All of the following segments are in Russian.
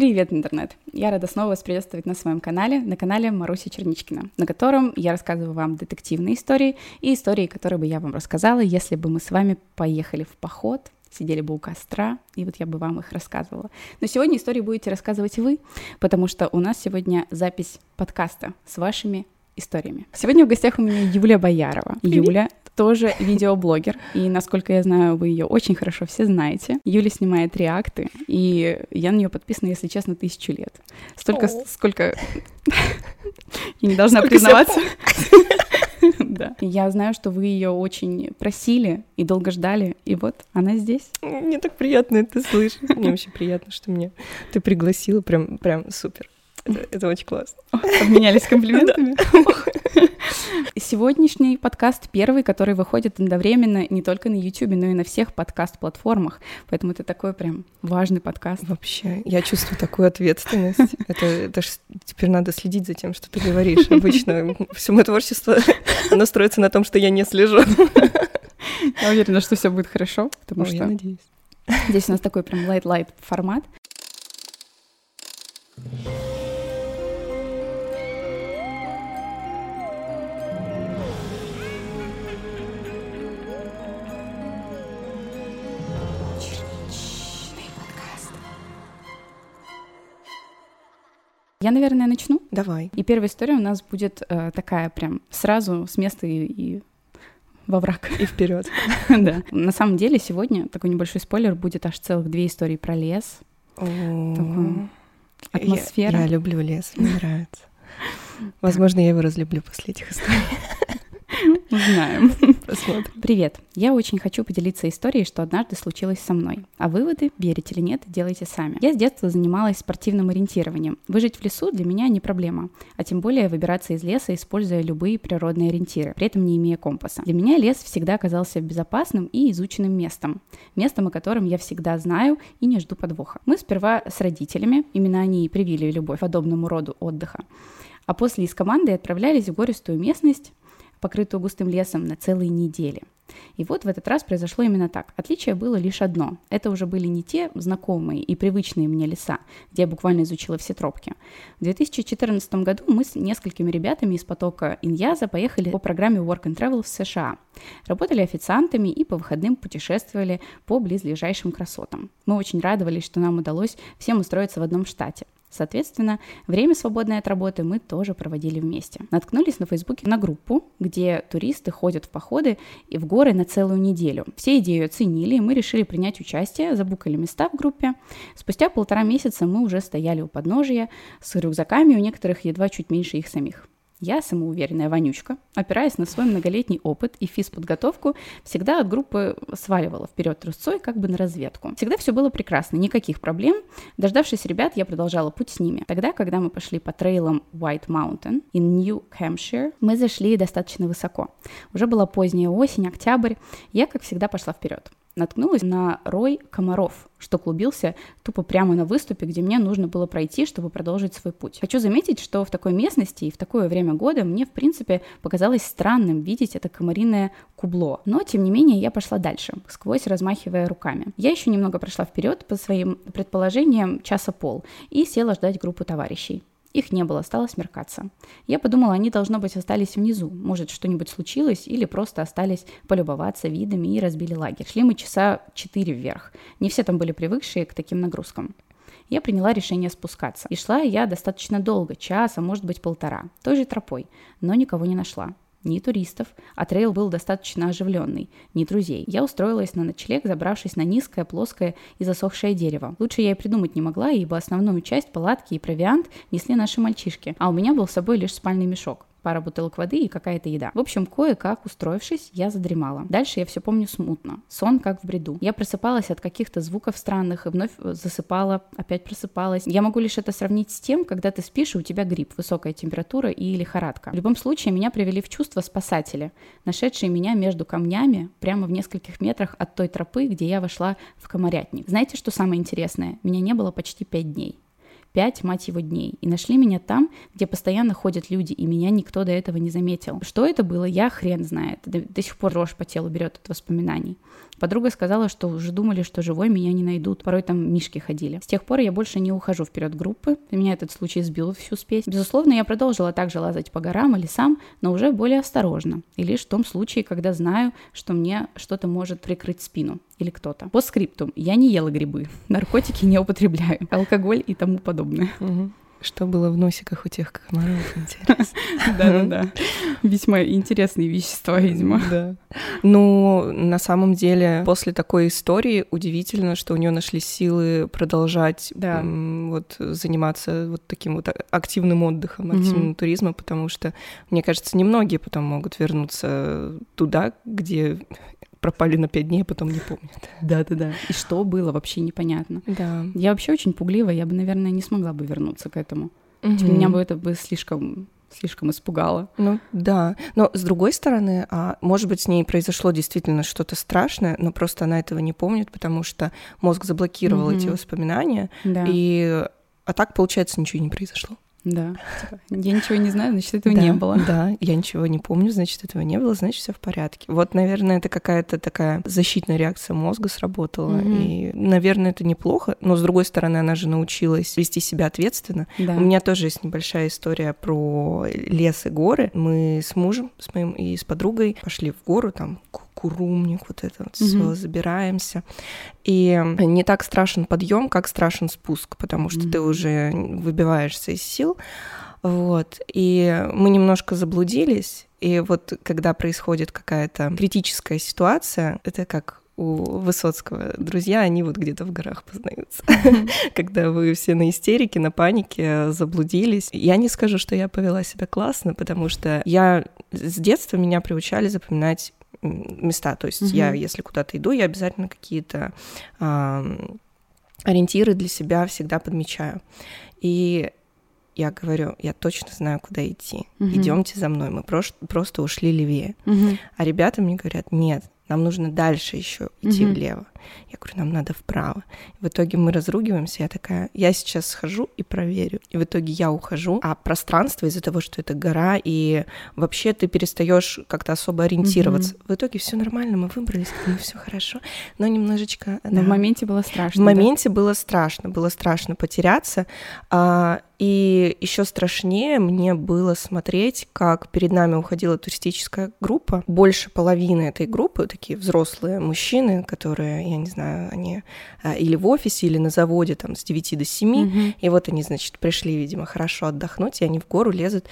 Привет, интернет! Я рада снова вас приветствовать на своем канале, на канале Маруся Черничкина, на котором я рассказываю вам детективные истории и истории, которые бы я вам рассказала, если бы мы с вами поехали в поход, сидели бы у костра, и вот я бы вам их рассказывала. Но сегодня истории будете рассказывать вы, потому что у нас сегодня запись подкаста с вашими историями. Сегодня в гостях у меня Юля Боярова. Привет. Юля тоже видеоблогер, и, насколько я знаю, вы ее очень хорошо все знаете. Юля снимает реакты, и я на нее подписана, если честно, 1000 лет. Столько, сколько... Я не должна признаваться. Да. Я знаю, что вы ее очень просили и долго ждали, и вот она здесь. Мне так приятно это слышать. Мне вообще приятно, что меня ты пригласила. Прям супер. Это очень классно. Обменялись комплиментами. Сегодняшний подкаст первый, который выходит одновременно не только на YouTube, но и на всех подкаст-платформах. Поэтому это такой прям важный подкаст. Вообще, я чувствую такую ответственность. Это ж теперь надо следить за тем, что ты говоришь. Обычно все мое творчество, оно строится на том, что я не слежу. Я уверена, что все будет хорошо, потому что я надеюсь. Здесь у нас такой прям light формат. Я, наверное, начну. Давай. И первая история у нас будет такая прям сразу с места и во враг. И вперед. Да. На самом деле сегодня такой небольшой спойлер, будет аж целых 2 истории про лес. Такую атмосферу. Я люблю лес, мне нравится. Возможно, я его разлюблю после этих историй. Узнаем. Посмотрим. Привет. Я очень хочу поделиться историей, что однажды случилось со мной. А выводы, верите или нет, делайте сами. Я с детства занималась спортивным ориентированием. Выжить в лесу для меня не проблема, а тем более выбираться из леса, используя любые природные ориентиры, при этом не имея компаса. Для меня лес всегда оказался безопасным и изученным местом. Местом, о котором я всегда знаю и не жду подвоха. Мы сперва с родителями, именно они и привили любовь к подобному роду отдыха, а после из команды отправлялись в гористую местность, покрытую густым лесом, на целые недели. И вот в этот раз произошло именно так. Отличие было лишь одно. Это уже были не те знакомые и привычные мне леса, где я буквально изучила все тропки. В 2014 году мы с несколькими ребятами из потока Иньяза поехали по программе Work and Travel в США. Работали официантами и по выходным путешествовали по близлежащим красотам. Мы очень радовались, что нам удалось всем устроиться в одном штате. Соответственно, время, свободное от работы, мы тоже проводили вместе. Наткнулись на Фейсбуке на группу, где туристы ходят в походы и в горы на целую неделю. Все идею оценили, и мы решили принять участие, забукали места в группе. Спустя 1,5 месяца мы уже стояли у подножия с рюкзаками, у некоторых едва чуть меньше их самих. Я, самоуверенная вонючка, опираясь на свой многолетний опыт и физподготовку, всегда от группы сваливала вперед трусцой, как бы на разведку. Всегда все было прекрасно, никаких проблем. Дождавшись ребят, я продолжала путь с ними. Тогда, когда мы пошли по трейлам White Mountain in New Hampshire, мы зашли достаточно высоко. Уже была поздняя осень, октябрь. Я, как всегда, пошла вперед. Наткнулась на рой комаров, что клубился тупо прямо на выступе, где мне нужно было пройти, чтобы продолжить свой путь. Хочу заметить, что в такой местности и в такое время года мне, в принципе, показалось странным видеть это комариное кубло. Но, тем не менее, я пошла дальше, сквозь размахивая руками. Я еще немного прошла вперед по своим предположениям часа пол и села ждать группу товарищей. Их не было, стало смеркаться. Я подумала, они, должно быть, остались внизу. Может, что-нибудь случилось, или просто остались полюбоваться видами и разбили лагерь. Шли мы часа 4 вверх. Не все там были привыкшие к таким нагрузкам. Я приняла решение спускаться. И шла я достаточно долго, час, а может быть 1,5, той же тропой, но никого не нашла. Ни туристов, а трейл был достаточно оживленный, ни друзей. Я устроилась на ночлег, забравшись на низкое, плоское и засохшее дерево. Лучше я и придумать не могла, ибо основную часть палатки и провиант несли наши мальчишки, а у меня был с собой лишь спальный мешок, пара бутылок воды и какая-то еда. В общем, кое-как устроившись, я задремала. Дальше я все помню смутно. Сон как в бреду. Я просыпалась от каких-то звуков странных и вновь засыпала, опять просыпалась. Я могу лишь это сравнить с тем, когда ты спишь, и у тебя грипп, высокая температура и лихорадка. В любом случае, меня привели в чувство спасатели, нашедшие меня между камнями прямо в нескольких метрах от той тропы, где я вошла в комарятник. Знаете, что самое интересное? Меня не было почти 5 дней. 5, мать его, дней. И нашли меня там, где постоянно ходят люди, и меня никто до этого не заметил. Что это было, я хрен знает. До сих пор дрожь по телу берет от воспоминаний. Подруга сказала, что уже думали, что живой меня не найдут. Порой там мишки ходили. С тех пор я больше не ухожу вперед группы. Меня этот случай сбил всю спесь. Безусловно, я продолжила также лазать по горам и лесам, но уже более осторожно. И лишь в том случае, когда знаю, что мне что-то может прикрыть спину. Или кто-то. По скриптум. Я не ела грибы. Наркотики не употребляю. Алкоголь и тому подобное. Что было в носиках у тех комаров, интересно. Да-да-да. Весьма интересные вещества, видимо. Да. Ну, на самом деле, после такой истории удивительно, что у нее нашлись силы продолжать вот заниматься вот таким вот активным отдыхом, активным туризмом, потому что, мне кажется, немногие потом могут вернуться туда, где пропали на 5 дней, а потом не помнят. Да-да-да. И что было, вообще непонятно. Да. Я вообще очень пугливая, я бы, наверное, не смогла бы вернуться к этому. Меня бы это бы слишком испугало. Ну да, но с другой стороны, может быть, с ней произошло действительно что-то страшное, но просто она этого не помнит, потому что мозг заблокировал эти воспоминания, а так, получается, ничего не произошло. Да, я ничего не знаю, значит, этого не было. Да, я ничего не помню, значит, этого не было, значит, все в порядке. Вот, наверное, это какая-то такая защитная реакция мозга сработала, и, наверное, это неплохо, но, с другой стороны, она же научилась вести себя ответственно. Да. У меня тоже есть небольшая история про лес и горы. Мы с мужем, с моим и с подругой пошли в гору, там, Курумник, вот это вот все, забираемся. И не так страшен подъем, как страшен спуск, потому что ты уже выбиваешься из сил. Вот. И мы немножко заблудились. И вот когда происходит какая-то критическая ситуация, это как у Высоцкого. Друзья, они вот где-то в горах познаются. Когда вы все на истерике, на панике, заблудились. Я не скажу, что я повела себя классно, потому что с детства меня приучали запоминать места. То есть я, если куда-то иду, я обязательно какие-то ориентиры для себя всегда подмечаю. И я говорю, я точно знаю, куда идти. Идемте за мной. Мы просто ушли левее. А ребята мне говорят, нет, нам нужно дальше еще идти влево. Я говорю, нам надо вправо. В итоге мы разругиваемся, я такая, я сейчас схожу и проверю. И в итоге я ухожу, а пространство из-за того, что это гора, и вообще ты перестаешь как-то особо ориентироваться. В итоге все нормально, мы выбрались, все хорошо, но немножечко... Но в моменте было страшно. В моменте было страшно потеряться. И еще страшнее мне было смотреть, как перед нами уходила туристическая группа. Больше половины этой группы, такие взрослые мужчины, которые, я не знаю, они или в офисе, или на заводе там с 9 до 7. И вот они, значит, пришли, видимо, хорошо отдохнуть, и они в гору лезут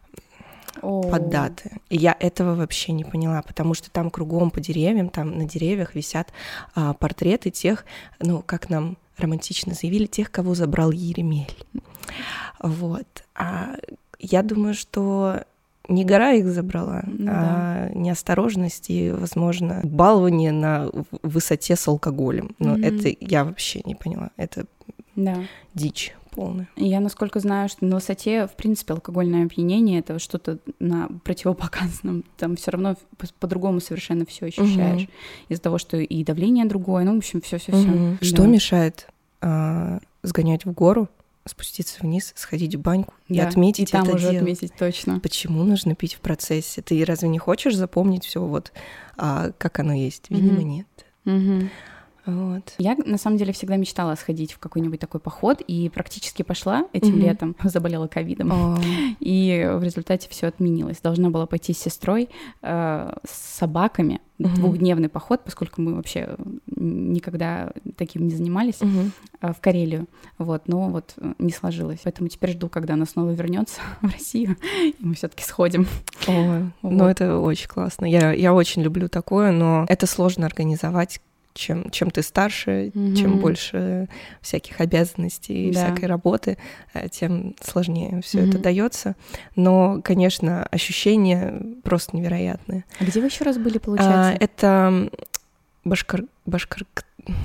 под даты. И я этого вообще не поняла, потому что там кругом по деревьям, там на деревьях висят портреты тех, ну, как нам романтично заявили, тех, кого забрал Еремель. Вот. Я думаю, что не гора их забрала, а неосторожность и, возможно, балование на высоте с алкоголем. Но это я вообще не поняла. Это дичь полная. Я, насколько знаю, что на высоте, в принципе, алкогольное опьянение — это что-то на противопоказанном. Там все равно по-другому совершенно все ощущаешь. Из-за того, что и давление другое, ну, в общем, все. Что мешает сгонять в гору, спуститься вниз, сходить в баньку и отметить это дело? И там уже отметить, точно. Почему нужно пить в процессе? Ты разве не хочешь запомнить все вот, как оно есть? Видимо, нет. Вот. Я, на самом деле, всегда мечтала сходить в какой-нибудь такой поход, и практически пошла этим летом, заболела ковидом, и в результате все отменилось. Должна была пойти с сестрой, с собаками, двухдневный поход, поскольку мы вообще никогда таким не занимались, в Карелию, вот, но вот не сложилось. Поэтому теперь жду, когда она снова вернется в Россию, и мы все-таки сходим. Ну, это очень классно. Я очень люблю такое, но это сложно организовать. Чем ты старше, чем больше всяких обязанностей и всякой работы, тем сложнее все это дается. Но, конечно, ощущения просто невероятные. А где вы еще раз были, получается? Это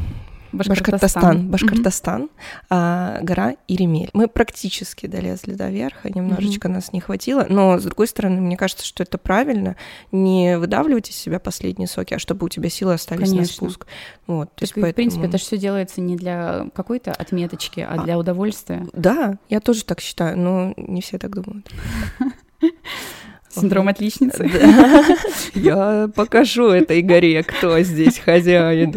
Башкортостан, гора Иремель. Мы практически долезли до верха, немножечко нас не хватило, но, с другой стороны, мне кажется, что это правильно, не выдавливать из себя последние соки, а чтобы у тебя силы остались на спуск. Вот, то есть, поэтому... В принципе, это же все делается не для какой-то отметочки, а для удовольствия. Да, я тоже так считаю, но не все так думают. Синдром отличницы. Да. Я покажу этой горе, кто здесь хозяин.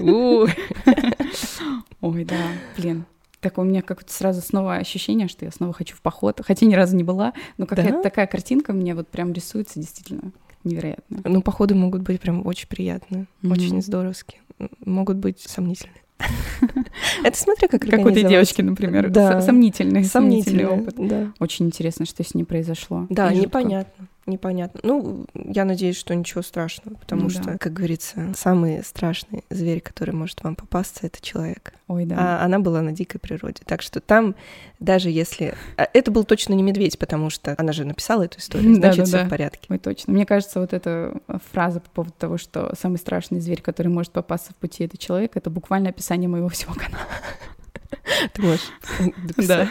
Ой, да, блин. Так у меня как-то сразу снова ощущение, что я снова хочу в поход, хотя ни разу не была, но какая-то такая картинка мне вот прям рисуется действительно невероятно. Ну, походы могут быть прям очень приятные, очень здоровские, могут быть сомнительные. Это смотря как у этой девочки, например, сомнительный опыт. Да. Очень интересно, что с ней произошло. Да, непонятно. Ну, я надеюсь, что ничего страшного, потому что, как говорится, самый страшный зверь, который может вам попасться, это человек. Ой, да. А она была на дикой природе. Так что там, даже если... Это был точно не медведь, потому что она же написала эту историю, значит, всё в порядке. Ой, точно. Мне кажется, вот эта фраза по поводу того, что самый страшный зверь, который может попасться в пути, это человек, это буквально описание моего всего канала. Ты можешь дописать.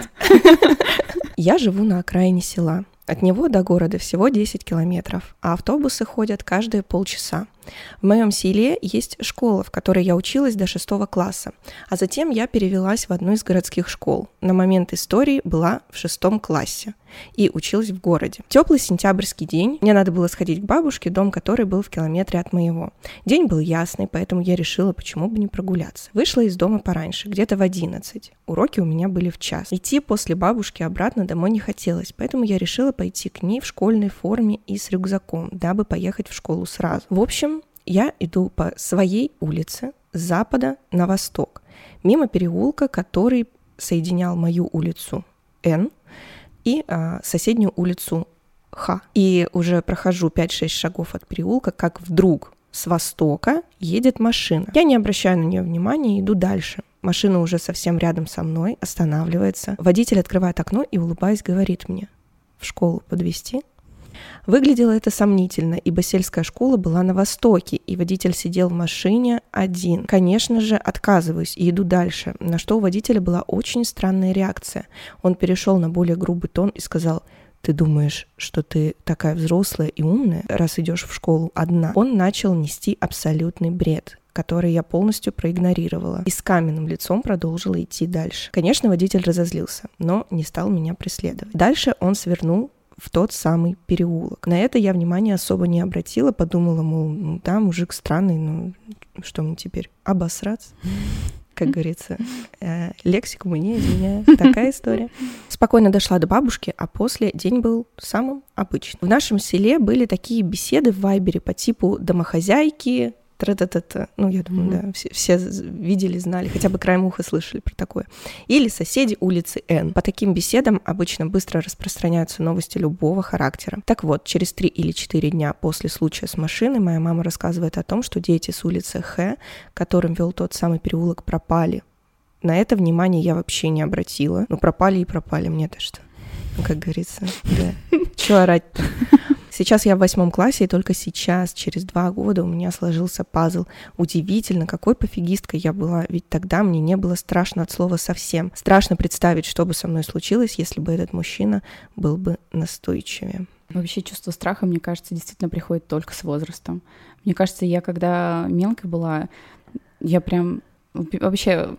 Я живу на окраине села. От него до города всего 10 километров, а автобусы ходят каждые полчаса. В моем селе есть школа, в которой я училась до 6 класса, а затем я перевелась в одну из городских школ. На момент истории была в 6 классе и училась в городе. Теплый сентябрьский день, мне надо было сходить к бабушке, дом которой был в километре от моего. День был ясный, поэтому я решила, почему бы не прогуляться. Вышла из дома пораньше, где-то в 11. Уроки у меня были в час. Идти после бабушки обратно домой не хотелось, поэтому я решила пойти к ней в школьной форме и с рюкзаком, дабы поехать в школу сразу. В общем, я иду по своей улице с запада на восток, мимо переулка, который соединял мою улицу Н и соседнюю улицу Х. И уже прохожу 5-6 шагов от переулка, как вдруг с востока едет машина. Я не обращаю на нее внимания и иду дальше. Машина уже совсем рядом со мной, останавливается. Водитель открывает окно и, улыбаясь, говорит мне: «В школу подвезти?» Выглядело это сомнительно, ибо сельская школа была на востоке, и водитель сидел в машине один. Конечно же, отказываюсь и иду дальше, на что у водителя была очень странная реакция. Он перешел на более грубый тон и сказал: «Ты думаешь, что ты такая взрослая и умная, раз идешь в школу одна?» Он начал нести абсолютный бред, который я полностью проигнорировала, и с каменным лицом продолжила идти дальше. Конечно, водитель разозлился, но не стал меня преследовать. Дальше он свернул в тот самый переулок. На это я внимания особо не обратила, подумала, мол, да, мужик странный, ну что мне теперь, обосраться? Как говорится, лексику мы не изменяем. Такая история. Спокойно дошла до бабушки, а после день был самым обычным. В нашем селе были такие беседы в Вайбере по типу «домохозяйки», тра-та-та-та. Ну, я думаю, да, все видели, знали, хотя бы краем уха слышали про такое. Или соседи улицы Н. По таким беседам обычно быстро распространяются новости любого характера. Так вот, через 3 или 4 дня после случая с машиной моя мама рассказывает о том, что дети с улицы Х, которым вел тот самый переулок, пропали. На это внимание я вообще не обратила. Ну, пропали и пропали, мне-то что? Ну, как говорится, да. Чё орать-то? Сейчас я в 8 классе, и только сейчас, через 2 года, у меня сложился пазл. Удивительно, какой пофигисткой я была, ведь тогда мне не было страшно от слова совсем. Страшно представить, что бы со мной случилось, если бы этот мужчина был бы настойчивее. Вообще чувство страха, мне кажется, действительно приходит только с возрастом. Мне кажется, я когда мелкой была, я прям... Вообще,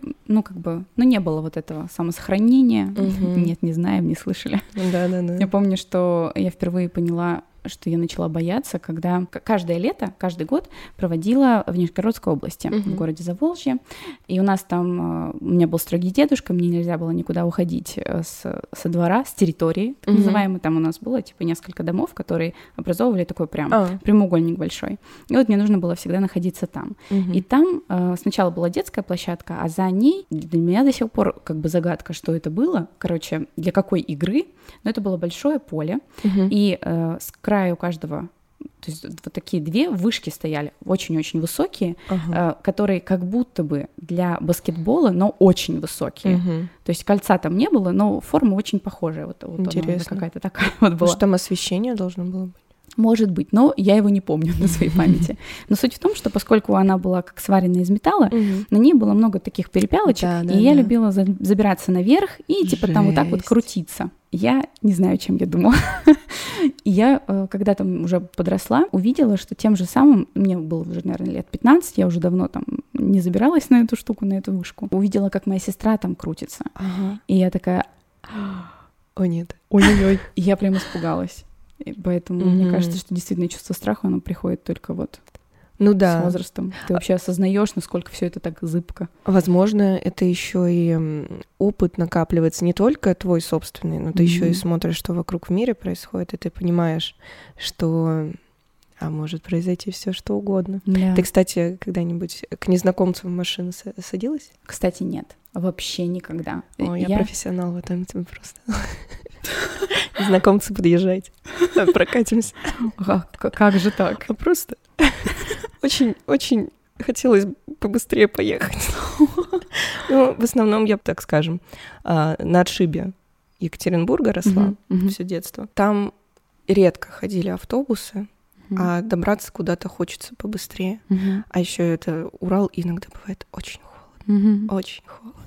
не было вот этого самосохранения. Нет, не знаем, не слышали. Да. Я помню, что я впервые поняла, что я начала бояться, когда каждое лето, каждый год проводила в Нижегородской области, в городе Заволжье. И у нас там, у меня был строгий дедушка, мне нельзя было никуда уходить со двора, с территории, так называемой. Там у нас было типа несколько домов, которые образовывали такой прям прямоугольник большой. И вот мне нужно было всегда находиться там. И там сначала была детская площадка, а за ней для меня до сих пор как бы загадка, что это было. Короче, для какой игры. Но это было большое поле. И с краю каждого, то есть вот такие 2 вышки стояли, очень-очень высокие, которые как будто бы для баскетбола, но очень высокие. То есть кольца там не было, но форма очень похожая. Вот интересно. Какая-то такая вот была. Может, там освещение должно было быть? Может быть, но я его не помню на своей памяти. Но суть в том, что поскольку она была как сварена из металла, на ней было много таких перепялочек, и я любила забираться наверх и типа там вот так вот крутиться. Я не знаю, чем я думала. И я, когда там уже подросла, увидела, что тем же самым, мне было уже, наверное, лет 15, я уже давно там не забиралась на эту штуку, на эту вышку. Увидела, как моя сестра там крутится. И я такая... О, нет. Ой-ой-ой. И я прям испугалась. И поэтому мне кажется, что действительно чувство страха, оно приходит только вот с возрастом. Ты вообще осознаешь, насколько все это так зыбко. Возможно, это еще и опыт накапливается не только твой собственный, но ты еще и смотришь, что вокруг в мире происходит, и ты понимаешь, что может произойти все что угодно. Да. Ты, кстати, когда-нибудь к незнакомцам в машину садилась? Кстати, нет. Вообще никогда. Я профессионал в этом, тебе просто. Незнакомцы, подъезжайте. Прокатимся. Как же так? Просто очень хотелось побыстрее поехать. Ну, в основном, я так скажем, на отшибе Екатеринбурга росла все детство. Там редко ходили автобусы, а добраться куда-то хочется побыстрее. А еще это Урал, и иногда бывает очень холодно. Очень холодно.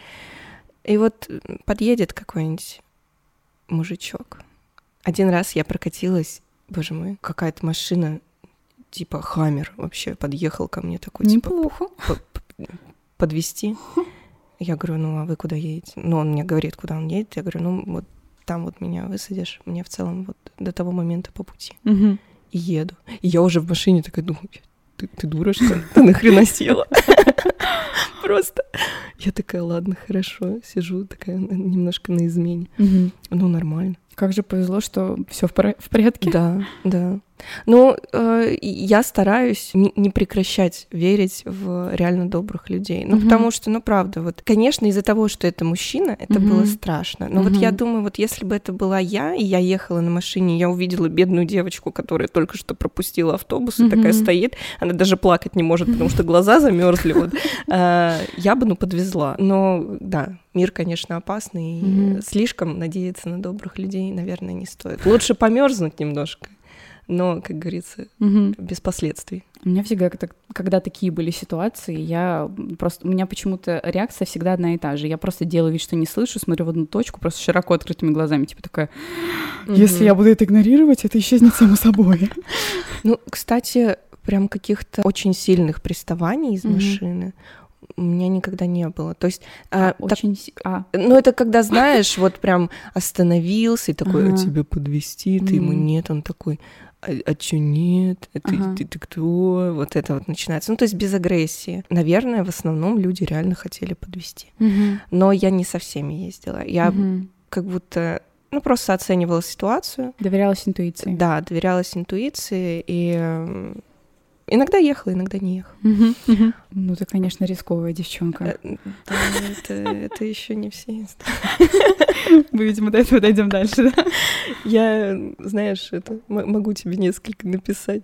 И вот подъедет какой-нибудь мужичок. Один раз я прокатилась, боже мой, какая-то машина, типа Хаммер вообще подъехал ко мне такой, неплохо. Типа подвезти. Я говорю, а вы куда едете? Он мне говорит, куда он едет. Я говорю, вот там вот меня высадишь, мне в целом вот до того момента по пути. И еду. И я уже в машине такая думаю, ты дура, что ли? Ты нахрена села? Просто. Я такая, ладно, хорошо, сижу такая немножко на измене. Нормально. Как же повезло, что все в порядке. Да. Но я стараюсь не прекращать верить в реально добрых людей. Потому что, правда, вот, конечно, из-за того, что это мужчина, это было страшно. Но вот я думаю, вот если бы это была я, и я ехала на машине, я увидела бедную девочку, которая только что пропустила автобус, и такая стоит, она даже плакать не может, потому что глаза замерзли. Вот. Я бы, подвезла. Но, да, мир, конечно, опасный, и слишком надеяться на добрых людей, наверное, не стоит. Лучше померзнуть немножко, но, как говорится, без последствий. У меня всегда, когда такие были ситуации, у меня почему-то реакция всегда одна и та же. Я просто делаю вид, что не слышу, смотрю в одну точку, просто широко открытыми глазами, типа такая, если я буду это игнорировать, это исчезнет само собой. Кстати, прям каких-то очень сильных приставаний из машины у меня никогда не было. То есть... это когда, знаешь, вот прям остановился и такой, тебе подвезти, ты ему нет, он такой... А чё нет? Ты кто? Вот это вот начинается. То есть без агрессии. Наверное, в основном люди реально хотели подвезти. Но я не со всеми ездила. Я как будто, просто оценивала ситуацию. Доверялась интуиции. Да, доверялась интуиции, и иногда ехала, иногда не ехала. Ты, конечно, рисковая девчонка. Да, это еще не все. Мы, видимо, до этого дойдем дальше, да? Я, знаешь, могу тебе несколько написать.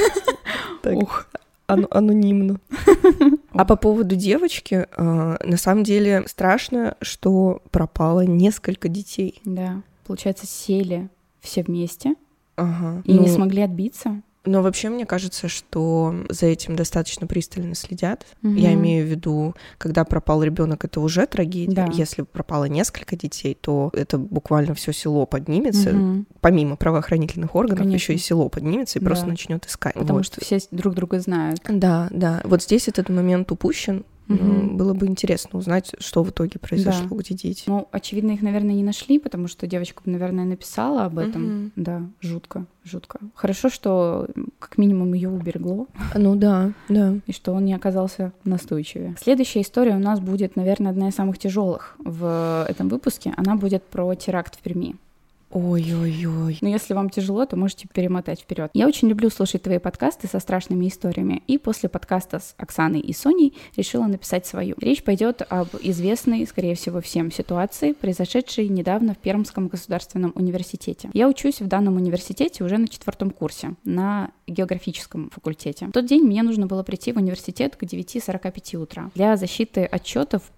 Так, анонимно. А по поводу девочки, на самом деле страшно, что пропало несколько детей. Да, получается, сели все вместе и не смогли отбиться. Но вообще мне кажется, что за этим достаточно пристально следят. Я имею в виду, когда пропал ребенок, это уже трагедия. Да. Если пропало несколько детей, то это буквально все село поднимется. Помимо правоохранительных органов, еще и село поднимется и просто начнет искать. Потому что все друг друга знают. Да. Вот здесь этот момент упущен. Было бы интересно узнать, что в итоге произошло, где дети. Очевидно, их, наверное, не нашли, потому что девочка, наверное, написала об этом. Да, жутко. Хорошо, что как минимум ее уберегло. Да. И что он не оказался настойчивее. Следующая история у нас будет, наверное, одна из самых тяжелых в этом выпуске. Она будет про теракт в Перми. Ой-ой-ой. Но если вам тяжело, то можете перемотать вперед. Я очень люблю слушать твои подкасты со страшными историями, и после подкаста с Оксаной и Соней решила написать свою. Речь пойдет об известной, скорее всего, всем ситуации, произошедшей недавно в Пермском государственном университете. Я учусь в данном университете уже на 4 курсе, на географическом факультете. В тот день мне нужно было прийти в университет к 9:45 утра для защиты отчетов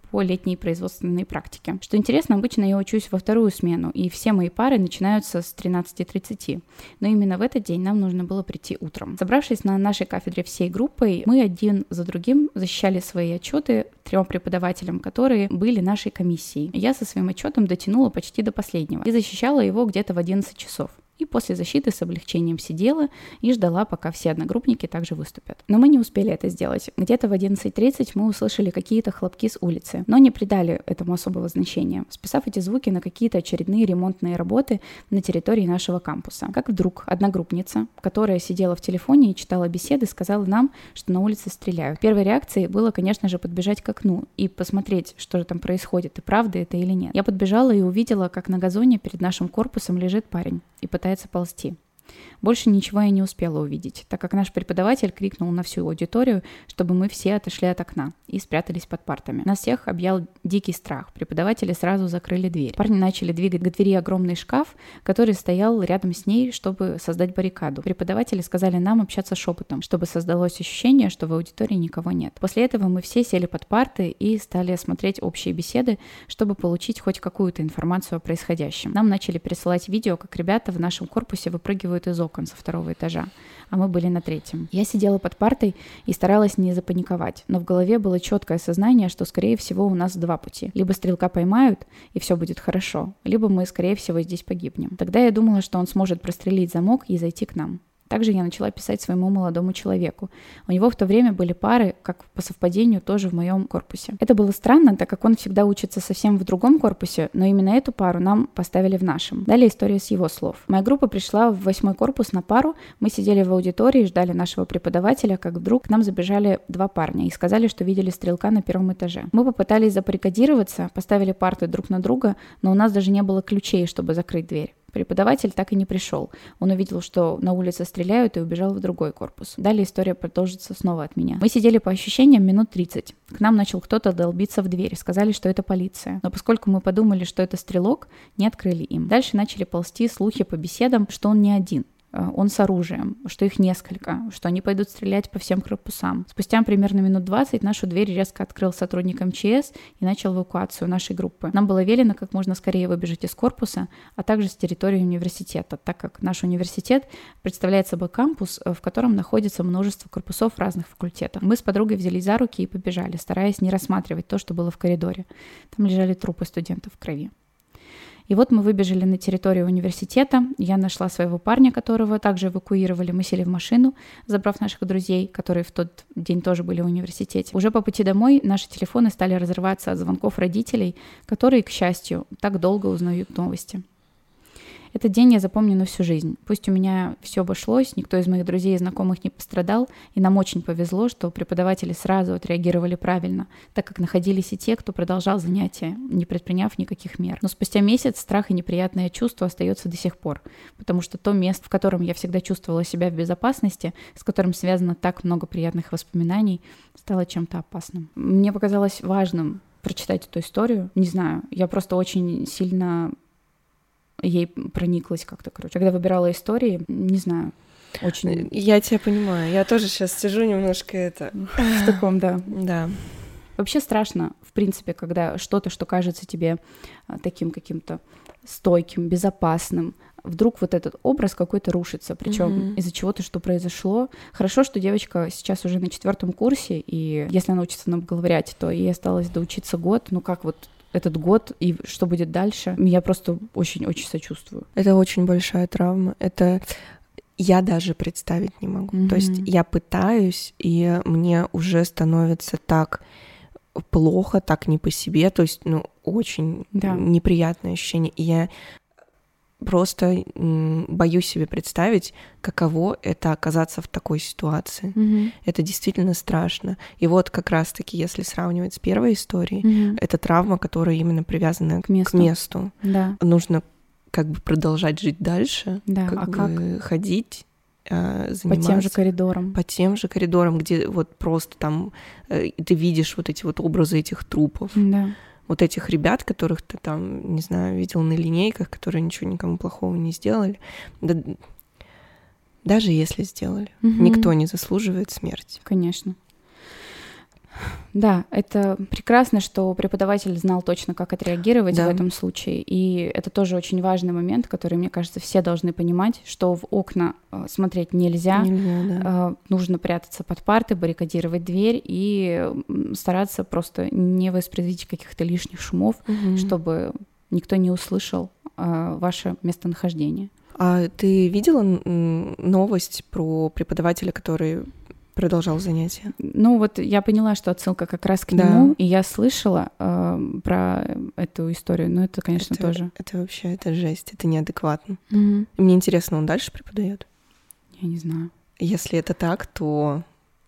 по летней производственной практике. Что интересно, обычно я учусь во вторую смену, и все мои пары начинаются с 13:30. Но именно в этот день нам нужно было прийти утром. Собравшись на нашей кафедре всей группой, мы один за другим защищали свои отчеты 3 преподавателям, которые были нашей комиссией. Я со своим отчетом дотянула почти до последнего и защищала его где-то в 11 часов. И после защиты с облегчением сидела и ждала, пока все одногруппники также выступят. Но мы не успели это сделать. Где-то в 11:30 мы услышали какие-то хлопки с улицы, но не придали этому особого значения, списав эти звуки на какие-то очередные ремонтные работы на территории нашего кампуса. Как вдруг одногруппница, которая сидела в телефоне и читала беседы, сказала нам, что на улице стреляют. Первой реакцией было, конечно же, подбежать к окну и посмотреть, что же там происходит, и правда это или нет. Я подбежала и увидела, как на газоне перед нашим корпусом лежит парень и пытается ползти. Больше ничего я не успела увидеть, так как наш преподаватель крикнул на всю аудиторию, чтобы мы все отошли от окна и спрятались под партами. Нас всех объял дикий страх. Преподаватели сразу закрыли дверь. Парни начали двигать к двери огромный шкаф, который стоял рядом с ней, чтобы создать баррикаду. Преподаватели сказали нам общаться шепотом, чтобы создалось ощущение, что в аудитории никого нет. После этого мы все сели под парты и стали смотреть общие беседы, чтобы получить хоть какую-то информацию о происходящем. Нам начали присылать видео, как ребята в нашем корпусе выпрыгивают из окон со 2-го этажа, а мы были на 3-м. Я сидела под партой и старалась не запаниковать, но в голове было четкое сознание, что, скорее всего, у нас 2 пути. Либо стрелка поймают, и все будет хорошо, либо мы, скорее всего, здесь погибнем. Тогда я думала, что он сможет прострелить замок и зайти к нам. Также я начала писать своему молодому человеку. У него в то время были пары, как по совпадению, тоже в моем корпусе. Это было странно, так как он всегда учится совсем в другом корпусе, но именно эту пару нам поставили в нашем. Далее история с его слов. Моя группа пришла в 8-й корпус на пару, мы сидели в аудитории, ждали нашего преподавателя, как вдруг к нам забежали 2 парня и сказали, что видели стрелка на 1-м этаже. Мы попытались забаррикадироваться, поставили парты друг на друга, но у нас даже не было ключей, чтобы закрыть дверь. Преподаватель так и не пришел. Он увидел, что на улице стреляют, и убежал в другой корпус. Далее история продолжится снова от меня. Мы сидели по ощущениям минут 30. К нам начал кто-то долбиться в дверь. Сказали, что это полиция. Но поскольку мы подумали, что это стрелок, не открыли им. Дальше начали ползти слухи по беседам, что он не один. Он с оружием, что их несколько, что они пойдут стрелять по всем корпусам. Спустя примерно минут 20 нашу дверь резко открыл сотрудник МЧС и начал эвакуацию нашей группы. Нам было велено как можно скорее выбежать из корпуса, а также с территории университета, так как наш университет представляет собой кампус, в котором находится множество корпусов разных факультетов. Мы с подругой взялись за руки и побежали, стараясь не рассматривать то, что было в коридоре. Там лежали трупы студентов в крови. И вот мы выбежали на территорию университета, я нашла своего парня, которого также эвакуировали, мы сели в машину, забрав наших друзей, которые в тот день тоже были в университете. Уже по пути домой наши телефоны стали разрываться от звонков родителей, которые, к счастью, так долго узнают новости. Этот день я запомню на всю жизнь. Пусть у меня все обошлось, никто из моих друзей и знакомых не пострадал, и нам очень повезло, что преподаватели сразу отреагировали правильно, так как находились и те, кто продолжал занятия, не предприняв никаких мер. Но спустя месяц страх и неприятное чувство остается до сих пор, потому что то место, в котором я всегда чувствовала себя в безопасности, с которым связано так много приятных воспоминаний, стало чем-то опасным. Мне показалось важным прочитать эту историю. Не знаю, я просто очень сильно ей прониклась как-то, короче. Когда выбирала истории, не знаю, очень... Я тебя понимаю. Я тоже сейчас сижу немножко в таком, да. Да. Вообще страшно, в принципе, когда что-то, что кажется тебе таким каким-то стойким, безопасным, вдруг вот этот образ какой-то рушится, причем из-за чего-то, что произошло. Хорошо, что девочка сейчас уже на 4-м курсе, и если она учится на бакалавриате, то ей осталось доучиться год. Ну как вот этот год и что будет дальше, я просто очень-очень сочувствую. Это очень большая травма. Это я даже представить не могу. То есть я пытаюсь, и мне уже становится так плохо, так не по себе. То есть, очень неприятное ощущение. И я просто боюсь себе представить, каково это оказаться в такой ситуации. Это действительно страшно. И вот как раз-таки, если сравнивать с первой историей, это травма, которая именно привязана к месту. Да. Нужно как бы продолжать жить дальше, как? Ходить, заниматься. По тем же коридорам. По тем же коридорам, где вот просто там ты видишь вот эти вот образы этих трупов. Да. Вот этих ребят, которых ты там, не знаю, видел на линейках, которые ничего никому плохого не сделали. Да, даже если сделали. Никто не заслуживает смерти. Конечно. Да, это прекрасно, что преподаватель знал точно, как отреагировать в этом случае. И это тоже очень важный момент, который, мне кажется, все должны понимать, что в окна смотреть нельзя. Нужно прятаться под парты, баррикадировать дверь и стараться просто не воспроизвести каких-то лишних шумов, чтобы никто не услышал ваше местонахождение. А ты видела новость про преподавателя, который продолжал занятия? Ну вот я поняла, что отсылка как раз к нему, и я слышала про эту историю, но это, конечно, тоже... Это вообще, это жесть, это неадекватно. Мне интересно, он дальше преподает? Я не знаю. Если это так, то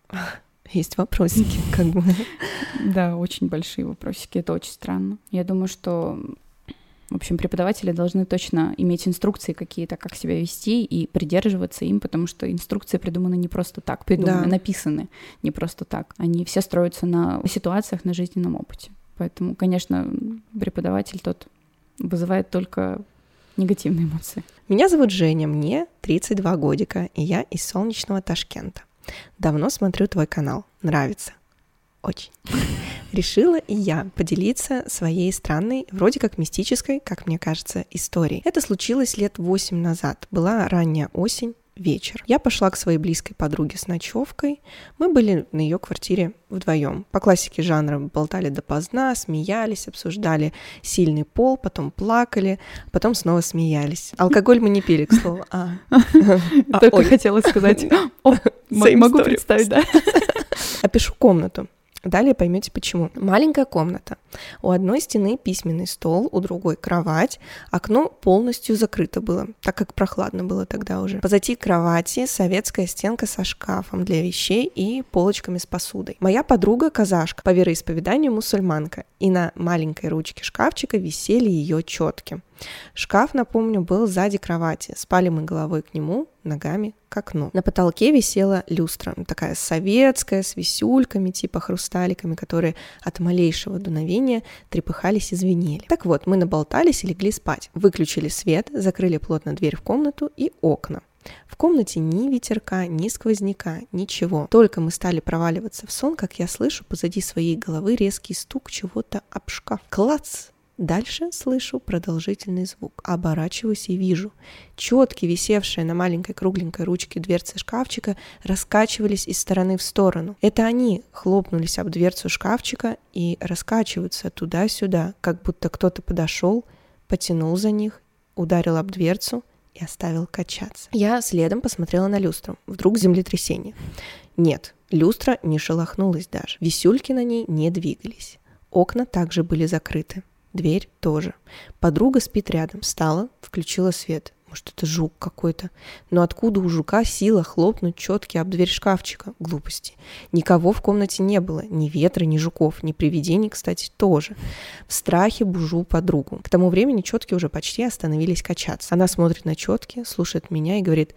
есть вопросики, как бы. Да, очень большие вопросики, это очень странно. Я думаю, что... В общем, преподаватели должны точно иметь инструкции какие-то, как себя вести, и придерживаться им, потому что инструкции придуманы не просто так, написаны не просто так. Они все строятся на ситуациях, на жизненном опыте. Поэтому, конечно, преподаватель тот вызывает только негативные эмоции. Меня зовут Женя, мне 32 годика, и я из солнечного Ташкента. Давно смотрю твой канал, нравится. Очень. Решила и я поделиться своей странной, вроде как мистической, как мне кажется, историей. Это случилось лет 8 назад. Была ранняя осень, вечер. Я пошла к своей близкой подруге с ночевкой. Мы были на ее квартире вдвоем. По классике жанра болтали допоздна, смеялись, обсуждали сильный пол, потом плакали, потом снова смеялись. Алкоголь мы не пили, к слову. Только хотела сказать. Могу представить, да? Опишу комнату. Далее поймете почему. Маленькая комната. У одной стены письменный стол, у другой кровать. Окно полностью закрыто было, так как прохладно было тогда уже. Позади кровати советская стенка со шкафом для вещей и полочками с посудой. Моя подруга казашка, по вероисповеданию мусульманка, и на маленькой ручке шкафчика висели ее четки. Шкаф, напомню, был сзади кровати. Спали мы головой к нему, ногами к окну. На потолке висела люстра, такая советская, с висюльками, типа хрусталиками, которые от малейшего дуновения трепыхались и звенели. Так вот, мы наболтались и легли спать. Выключили свет, закрыли плотно дверь в комнату и окна. В комнате ни ветерка, ни сквозняка, ничего. Только мы стали проваливаться в сон, как я слышу позади своей головы резкий стук чего-то об шкаф. Клац! Дальше слышу продолжительный звук. Оборачиваюсь и вижу. Четки, висевшие на маленькой кругленькой ручке дверцы шкафчика, раскачивались из стороны в сторону. Это они хлопнулись об дверцу шкафчика и раскачиваются туда-сюда, как будто кто-то подошел, потянул за них, ударил об дверцу и оставил качаться. Я следом посмотрела на люстру. Вдруг землетрясение. Нет, люстра не шелохнулась даже. Висюльки на ней не двигались. Окна также были закрыты. Дверь тоже. Подруга спит рядом. Встала, включила свет. Может, это жук какой-то. Но откуда у жука сила хлопнуть четки об дверь шкафчика? Глупости. Никого в комнате не было. Ни ветра, ни жуков. Ни привидений, кстати, тоже. В страхе бужу подругу. К тому времени четки уже почти остановились качаться. Она смотрит на четки, слушает меня и говорит: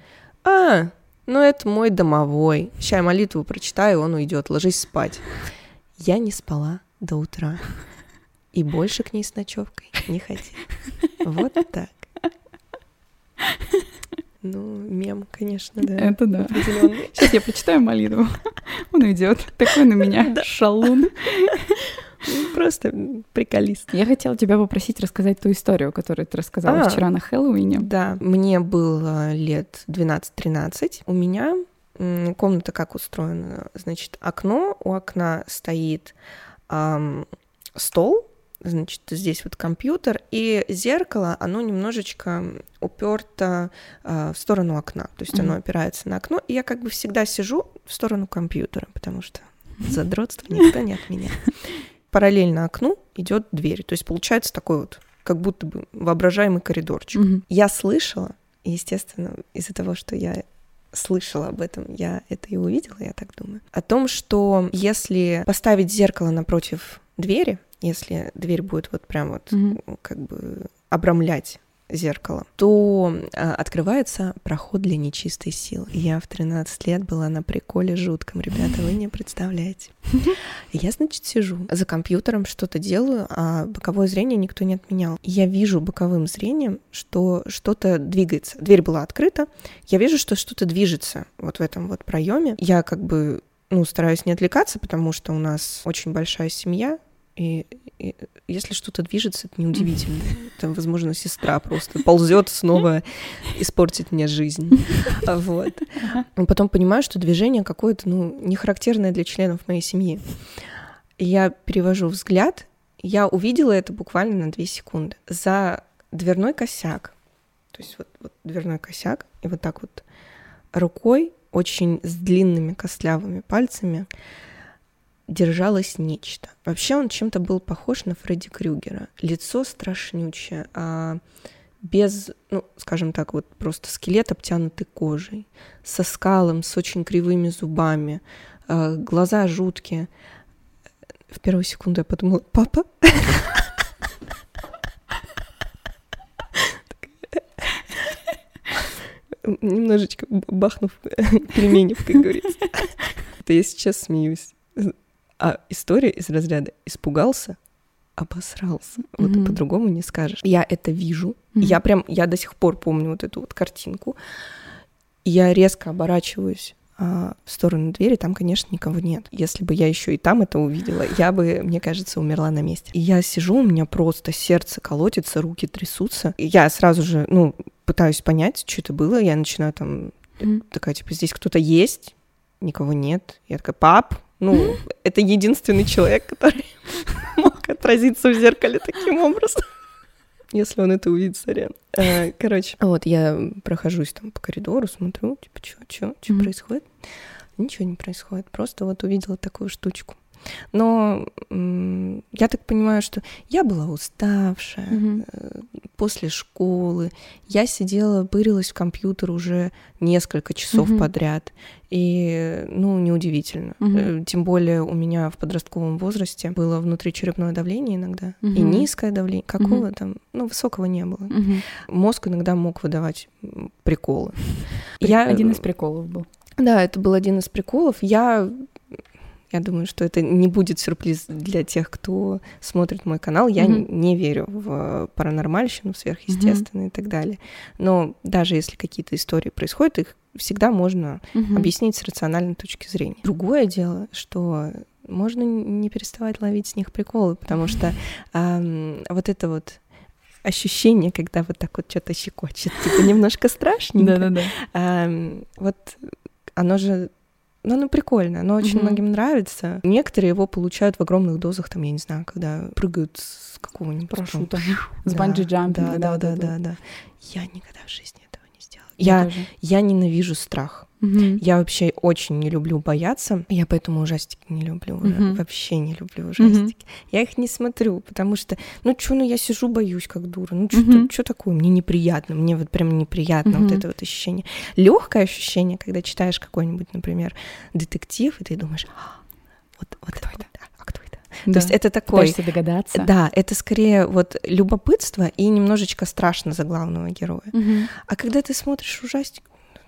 ну это мой домовой. Ща я молитву прочитаю, он уйдет. Ложись спать. Я не спала до утра. И больше к ней с ночевкой не ходила. Вот так. Ну, мем, конечно, да. Это да. Сейчас я прочитаю молитву. Он уйдет. Такой на меня шалун. Просто приколист. Я хотела тебя попросить рассказать ту историю, которую ты рассказала вчера на Хэллоуине. Да, мне было лет 12-13. У меня комната как устроена? Значит, окно, у окна стоит стол, значит, здесь вот компьютер, и зеркало, оно немножечко уперто в сторону окна, то есть оно опирается на окно, и я как бы всегда сижу в сторону компьютера, потому что задротство никто не отменяет. Параллельно окну идет дверь, то есть получается такой вот, как будто бы воображаемый коридорчик. Я слышала, естественно, из-за того, что я слышала об этом, я это и увидела, я так думаю, о том, что если поставить зеркало напротив двери, если дверь будет вот прям вот как бы обрамлять зеркало, то открывается проход для нечистой силы. Я в 13 лет была на приколе жутком, ребята, вы не представляете. Я, значит, сижу за компьютером, что-то делаю, а боковое зрение никто не отменял. Я вижу боковым зрением, что что-то двигается. Дверь была открыта, я вижу, что что-то движется вот в этом вот проеме. Я как бы стараюсь не отвлекаться, потому что у нас очень большая семья, и если что-то движется, это неудивительно. Это, возможно, сестра просто ползет снова испортить мне жизнь. Вот. Но потом понимаю, что движение какое-то, не характерное для членов моей семьи. И я перевожу взгляд, я увидела это буквально на 2 секунды. За дверной косяк, то есть вот дверной косяк, и вот так вот рукой, очень с длинными костлявыми пальцами, держалось нечто. Вообще он чем-то был похож на Фредди Крюгера. Лицо страшнючее, без, скажем так, вот просто скелет, обтянутый кожей, со скалом, с очень кривыми зубами, глаза жуткие. В первую секунду я подумала: папа? Немножечко бахнув пельменев, как говорится. Это я сейчас смеюсь. А история из разряда «испугался, обосрался». Вот по-другому не скажешь. Я это вижу. Я до сих пор помню вот эту вот картинку. Я резко оборачиваюсь в сторону двери, там, конечно, никого нет. Если бы я еще и там это увидела, я бы, мне кажется, умерла на месте. И я сижу, у меня просто сердце колотится, руки трясутся. И я сразу же, пытаюсь понять, что это было. Я начинаю такая, типа, здесь кто-то есть, никого нет. Я такая: пап, это единственный человек, который мог отразиться в зеркале таким образом. Если он это увидит, сорян. Короче, вот я прохожусь там по коридору, смотрю, типа, что происходит? Ничего не происходит, просто вот увидела такую штучку. Но я так понимаю, что я была уставшая после школы. Я сидела, пырилась в компьютер уже несколько часов подряд. И, неудивительно. Тем более у меня в подростковом возрасте было внутричерепное давление иногда. И низкое давление. Какого там? Высокого не было. Мозг иногда мог выдавать приколы. Один из приколов был. Да, это был один из приколов. Я думаю, что это не будет сюрприз для тех, кто смотрит мой канал. Я не верю в паранормальщину, в сверхъестественное и так далее. Но даже если какие-то истории происходят, их всегда можно объяснить с рациональной точки зрения. Другое дело, что можно не переставать ловить с них приколы, потому что вот это вот ощущение, когда вот так вот что-то щекочет, типа немножко страшненько. Вот оно же... оно прикольно, оно очень многим нравится. Некоторые его получают в огромных дозах, там, я не знаю, когда прыгают с какого-нибудь парашюта, с банджи-джампинга. Да. Я никогда в жизни этого не сделала. Я ненавижу страх. Я вообще очень не люблю бояться. Я поэтому ужастики не люблю. Вообще не люблю ужастики. Я их не смотрю, потому что, я сижу, боюсь как дура. Что такое? Мне неприятно. Мне вот прям неприятно вот это вот ощущение. Легкое ощущение, когда читаешь какой-нибудь, например, детектив, и ты думаешь: вот кто это? А кто это? То есть это такое... Пытаешься догадаться. Да, это скорее вот любопытство и немножечко страшно за главного героя. А когда ты смотришь ужастик...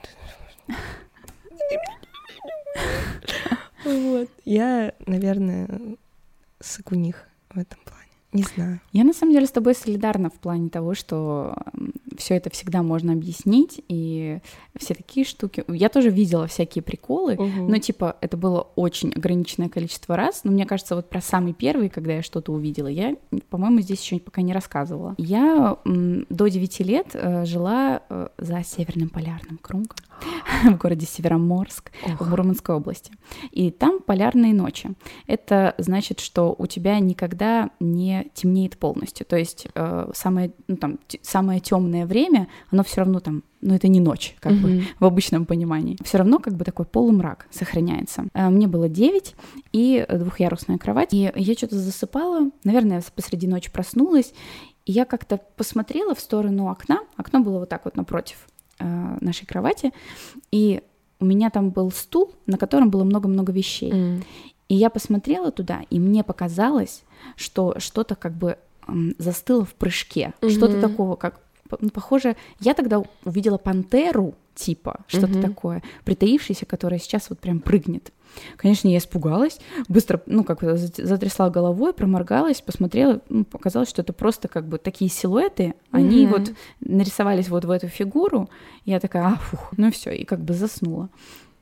Вот. Я, наверное, сыкуних в этом плане. Не знаю. Я на самом деле с тобой солидарна в плане того, что все это всегда можно объяснить, и все такие штуки. Я тоже видела всякие приколы, но типа это было очень ограниченное количество раз. Но мне кажется, вот про самый первый, когда я что-то увидела, я, по-моему, здесь еще пока не рассказывала. Я до 9 лет жила за Северным полярным кругом в городе Североморск в Мурманской области. И там полярные ночи. Это значит, что у тебя никогда не темнеет полностью. То есть самое темное время, оно все равно там, это не ночь, как бы в обычном понимании. Все равно как бы такой полумрак сохраняется. Мне было 9 и двухъярусная кровать. И я что-то засыпала, наверное, посреди ночи проснулась, и я как-то посмотрела в сторону окна. Окно было вот так вот напротив нашей кровати, и у меня там был стул, на котором было много-много вещей. И я посмотрела туда, и мне показалось, что что-то как бы застыло в прыжке. Что-то такого, как похоже, я тогда увидела пантеру, типа, что-то такое, притаившееся, которое сейчас вот прям прыгнет. Конечно, я испугалась, быстро, затрясла головой, проморгалась, посмотрела, показалось, что это просто как бы такие силуэты, они вот нарисовались вот в эту фигуру, и я такая, все, и как бы заснула.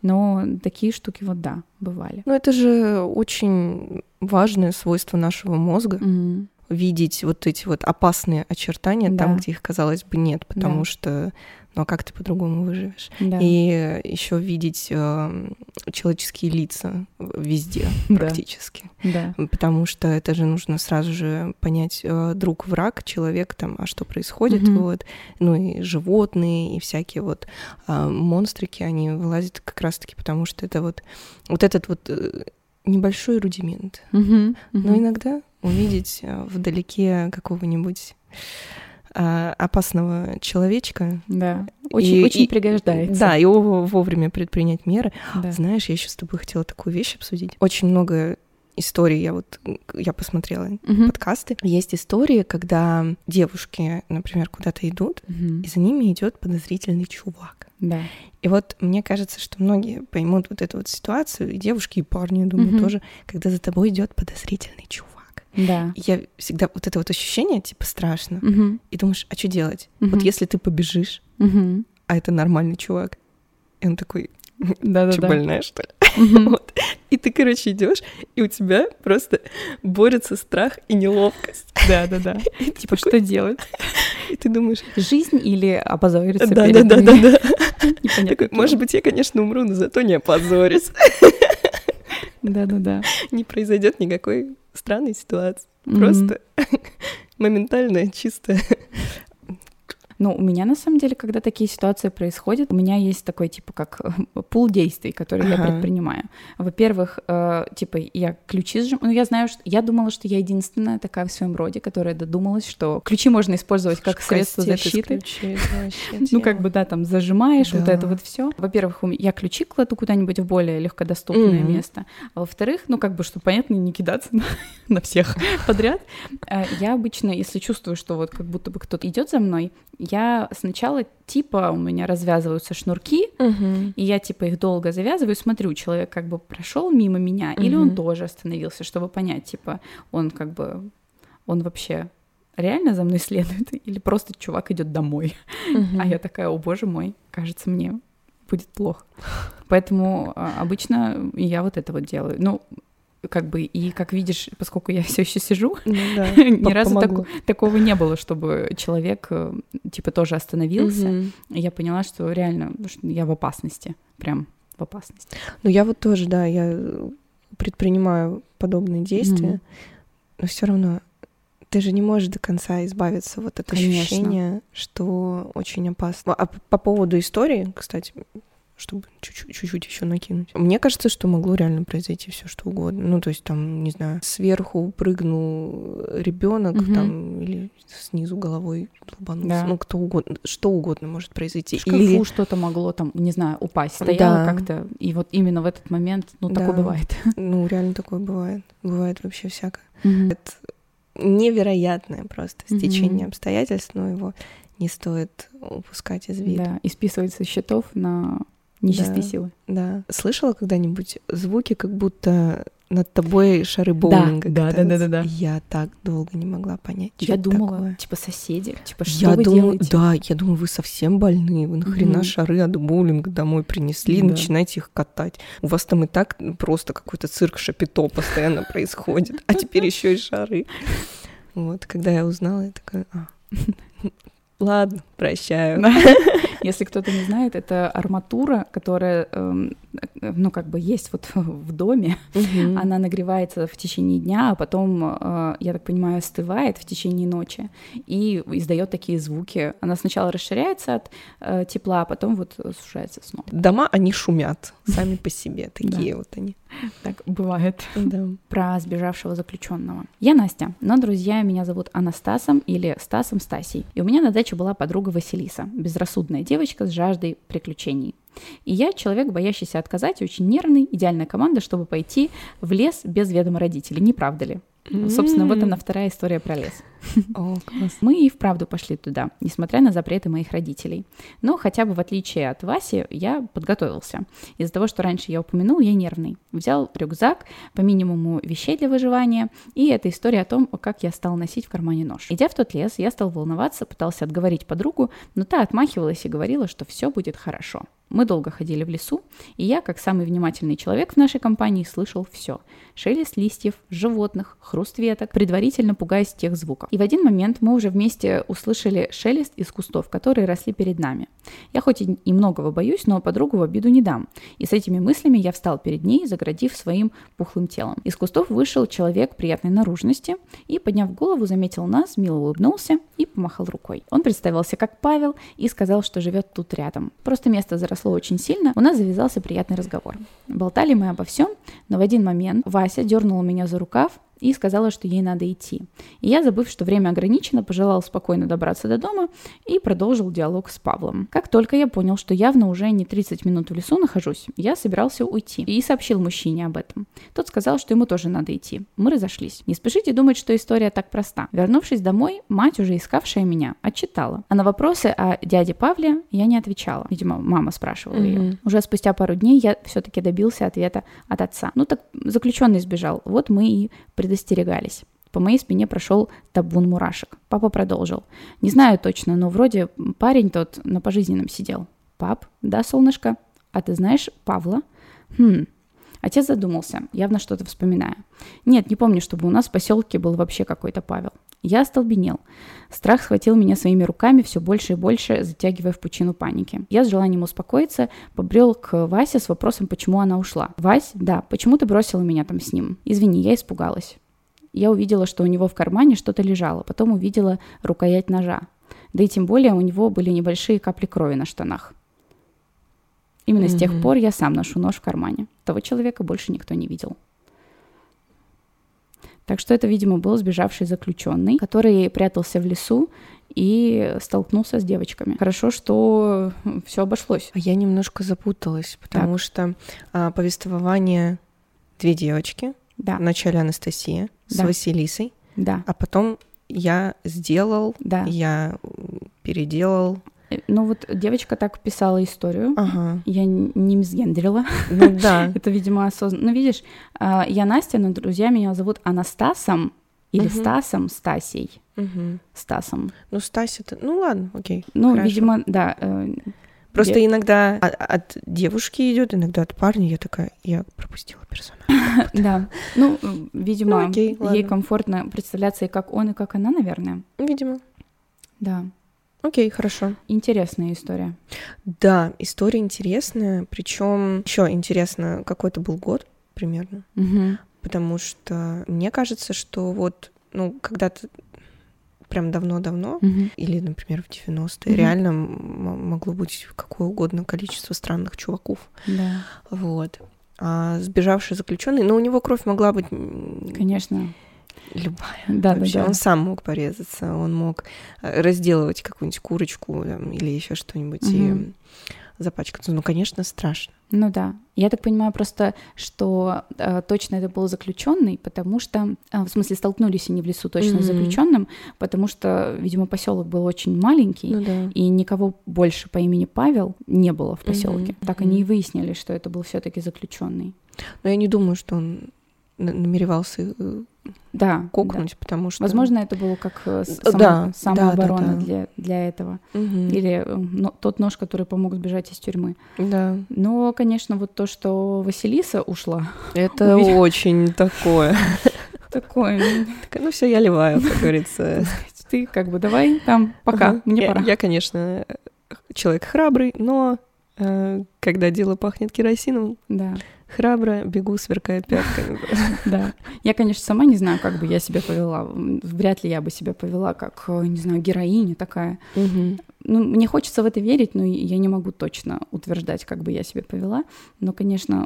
Но такие штуки вот да, бывали. Ну, это же очень важное свойство нашего мозга. Видеть вот эти вот опасные очертания там, где их, казалось бы, нет, потому что, ну а как ты по-другому выживешь? И еще видеть человеческие лица везде практически, потому что это же нужно сразу же понять друг, враг, человек там, а что происходит, вот, ну и животные, и всякие вот монстрики, они вылазят как раз-таки, потому что это вот этот вот небольшой рудимент, но иногда увидеть вдалеке какого-нибудь опасного человечка. Да, очень пригождается. Да, и вовремя предпринять меры. Да. Знаешь, я еще с тобой хотела такую вещь обсудить. Очень много историй, я посмотрела подкасты. Есть истории, когда девушки, например, куда-то идут, и за ними идет подозрительный чувак. Да. И вот мне кажется, что многие поймут вот эту вот ситуацию, и девушки, и парни, я думаю, тоже, когда за тобой идет подозрительный чувак. Да. Я всегда вот это вот ощущение, типа, страшно. И думаешь, а что делать? Вот если ты побежишь, а это нормальный чувак, и он такой, что, больная, что ли? Вот. И ты, короче, идешь, и у тебя просто борется страх и неловкость. Да. Типа, что делать? И ты думаешь, жизнь или опозориться да. Непонятно. Может быть, я, конечно, умру, но зато не опозорюсь. Да. Не произойдет никакой странной ситуации. Просто моментальная, чистая. Ну, у меня, на самом деле, когда такие ситуации происходят, у меня есть такой, типа, как пул действий, которые я предпринимаю. Во-первых, типа, я ключи сжимаю. Ну, я знаю, что... Я думала, что я единственная такая в своем роде, которая додумалась, что ключи можно использовать как средство защиты. Ну, как бы, да, там, зажимаешь, вот это вот все. Во-первых, я ключи кладу куда-нибудь в более легкодоступное место. А во-вторых, ну, как бы, чтобы, понятно, не кидаться на всех подряд. Я обычно, если чувствую, что вот как будто бы кто-то идет за мной, я сначала, типа, у меня развязываются шнурки, и я, типа, их долго завязываю, смотрю, человек как бы прошел мимо меня, или он тоже остановился, чтобы понять, типа, он как бы, он вообще реально за мной следует, или просто чувак идет домой. А я такая, о боже мой, кажется, мне будет плохо. Поэтому обычно я вот это вот делаю. Ну, как бы, и как видишь, поскольку я все еще сижу, ни разу такого не было, чтобы человек, типа, тоже остановился. И я поняла, что реально я в опасности, прям в опасности. Ну, я вот тоже, да, я предпринимаю подобные действия, но все равно ты же не можешь до конца избавиться вот от ощущения, что очень опасно. А по поводу истории, кстати, чтобы чуть-чуть еще накинуть. Мне кажется, что могло реально произойти все что угодно. Ну, то есть там, не знаю, сверху прыгнул ребенок, там, или снизу головой долбанулся. Ну, кто угодно, что угодно может произойти. В шкафу что-то могло там, не знаю, упасть, стояло как-то, и вот именно в этот момент, ну, такое бывает. Ну, реально такое бывает. Бывает вообще всякое. Это невероятное просто стечение обстоятельств, но его не стоит упускать из виду. Да, и списывать со счетов на нечистые силы. Да. Слышала когда-нибудь звуки, как будто над тобой шары боулинга катаются? Да. Я так долго не могла понять, что я это думала, такое. Типа, соседи, типа, что вы делаете? Да, я думаю, вы совсем больны, вы нахрена шары от боулинга домой принесли, начинайте их катать. У вас там и так просто какой-то цирк Шапито постоянно происходит, а теперь еще и шары. Вот, когда я узнала, я такая... Ладно, прощаю. Если кто-то не знает, это арматура, которая, ну, как бы есть вот в доме. Она нагревается в течение дня, а потом, я так понимаю, остывает в течение ночи и издает такие звуки. Она сначала расширяется от тепла, а потом вот сужается снова. Дома, они шумят сами по себе, такие вот они. Так бывает. Да. Про сбежавшего заключенного. Я Настя, но друзья меня зовут Анастасом или Стасом Стасей. И у меня на даче была подруга Василиса, безрассудная девочка с жаждой приключений. И я человек, боящийся отказать, очень нервный, идеальная команда, чтобы пойти в лес без ведома родителей, не правда ли? Собственно, вот она вторая история про лес. О, класс. Мы и вправду пошли туда, несмотря на запреты моих родителей. Но хотя бы в отличие от Васи, я подготовился. Из-за того, что раньше я упомянул, я нервный. Взял рюкзак, по минимуму вещей для выживания, и это история о том, как я стал носить в кармане нож. Идя в тот лес, я стал волноваться, пытался отговорить подругу, но та отмахивалась и говорила, что все будет хорошо. Мы долго ходили в лесу, и я, как самый внимательный человек в нашей компании, слышал все. Шелест листьев, животных, хруст веток, предварительно пугаясь тех звуков. И в один момент мы уже вместе услышали шелест из кустов, которые росли перед нами. Я хоть и многого боюсь, но подругу в обиду не дам. И с этими мыслями я встал перед ней, заградив своим пухлым телом. Из кустов вышел человек приятной наружности и, подняв голову, заметил нас, мило улыбнулся и помахал рукой. Он представился как Павел и сказал, что живет тут рядом. Просто место заросло очень сильно, у нас завязался приятный разговор. Болтали мы обо всем, но в один момент Вася дернула меня за рукав и сказала, что ей надо идти. И я, забыв, что время ограничено, пожелал спокойно добраться до дома и продолжил диалог с Павлом. Как только я понял, что явно уже не 30 минут в лесу нахожусь, я собирался уйти и сообщил мужчине об этом. Тот сказал, что ему тоже надо идти. Мы разошлись. Не спешите думать, что история так проста. Вернувшись домой, мать, уже искавшая меня, отчитала. А на вопросы о дяде Павле я не отвечала. Видимо, мама спрашивала ее. Уже спустя пару дней я все-таки добился ответа от отца. Ну так заключенный сбежал. Вот мы и предостерегались. По моей спине прошел табун мурашек. Папа продолжил. Не знаю точно, но вроде парень тот на пожизненном сидел. Пап, да, солнышко? А ты знаешь Павла? Отец задумался, явно что-то вспоминая. Нет, не помню, чтобы у нас в поселке был вообще какой-то Павел. Я остолбенел. Страх схватил меня своими руками все больше и больше, затягивая в пучину паники. Я с желанием успокоиться побрел к Васе с вопросом, почему она ушла. «Вась, да, почему ты бросила меня там с ним?» «Извини, я испугалась». Я увидела, что у него в кармане что-то лежало, потом увидела рукоять ножа. Да и тем более у него были небольшие капли крови на штанах. Именно с тех пор я сам ношу нож в кармане. Того человека больше никто не видел. Так что это, видимо, был сбежавший заключенный, который прятался в лесу и столкнулся с девочками. Хорошо, что все обошлось. Я немножко запуталась, потому что повествование две девочки. Да. Вначале Анастасия с Василисой, а потом я сделал, я переделал. Ну вот девочка так писала историю, я не мисгендрила. Ну да. Это, видимо, осознанно. Ну видишь, я Настя, но друзья меня зовут Анастасом или Стасом, Стасей. Стасом. Ну Стась это, ну ладно, окей. Ну, хорошо. Видимо, да. Просто иногда от девушки идет, иногда от парня. Я такая, я пропустила персонаж. Да. Ну, видимо, ей комфортно представляться и как он, и как она, наверное. Видимо. Да. Окей, хорошо. Интересная история. Да, история интересная. Причем еще интересно, какой это был год примерно. Потому что мне кажется, что вот, ну, когда-то прям давно-давно, или, например, в 90-е, реально могло быть какое угодно количество странных чуваков. Да. Вот. А сбежавший заключенный, ну, у него кровь могла быть... Конечно. Любая. Да, вообще. Да. Он сам мог порезаться, он мог разделывать какую-нибудь курочку там, или еще что-нибудь и запачкаться. Ну, конечно, страшно. Ну да. Я так понимаю просто, что точно это был заключенный, потому что, в смысле, столкнулись они в лесу точно с заключенным, потому что, видимо, поселок был очень маленький, и никого больше по имени Павел не было в поселке. Так они и выяснили, что это был все-таки заключенный. Но я не думаю, что он намеревался кокнуть, потому что... Возможно, это было как самооборона для этого. Или тот нож, который помог сбежать из тюрьмы. Да. Но, конечно, вот то, что Василиса ушла... Это очень такое. Такое. Ну все, я ливаю, как говорится. Ты как бы давай там, пока, мне пора. Я, конечно, человек храбрый, но когда дело пахнет керосином... Да. Храбро бегу, сверкая пятками. Да. Я, конечно, сама не знаю, как бы я себя повела. Вряд ли я бы себя повела как, не знаю, героиня такая. Ну, мне хочется в это верить, но я не могу точно утверждать, как бы я себя повела. Но, конечно,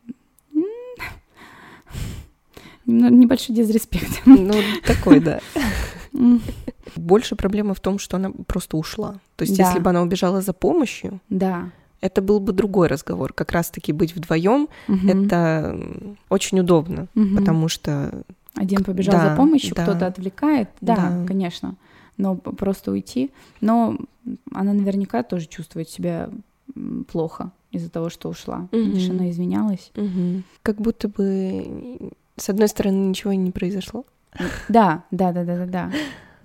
небольшой дизреспект. Ну, такой, да. Больше проблема в том, что она просто ушла. То есть, если бы она убежала за помощью... Да. Это был бы другой разговор. Как раз-таки быть вдвоем это очень удобно, потому что... Один побежал за помощью, кто-то отвлекает. Да, конечно. Но просто уйти. Но она наверняка тоже чувствует себя плохо из-за того, что ушла. Видишь, она извинялась. Как будто бы, с одной стороны, ничего не произошло. Да.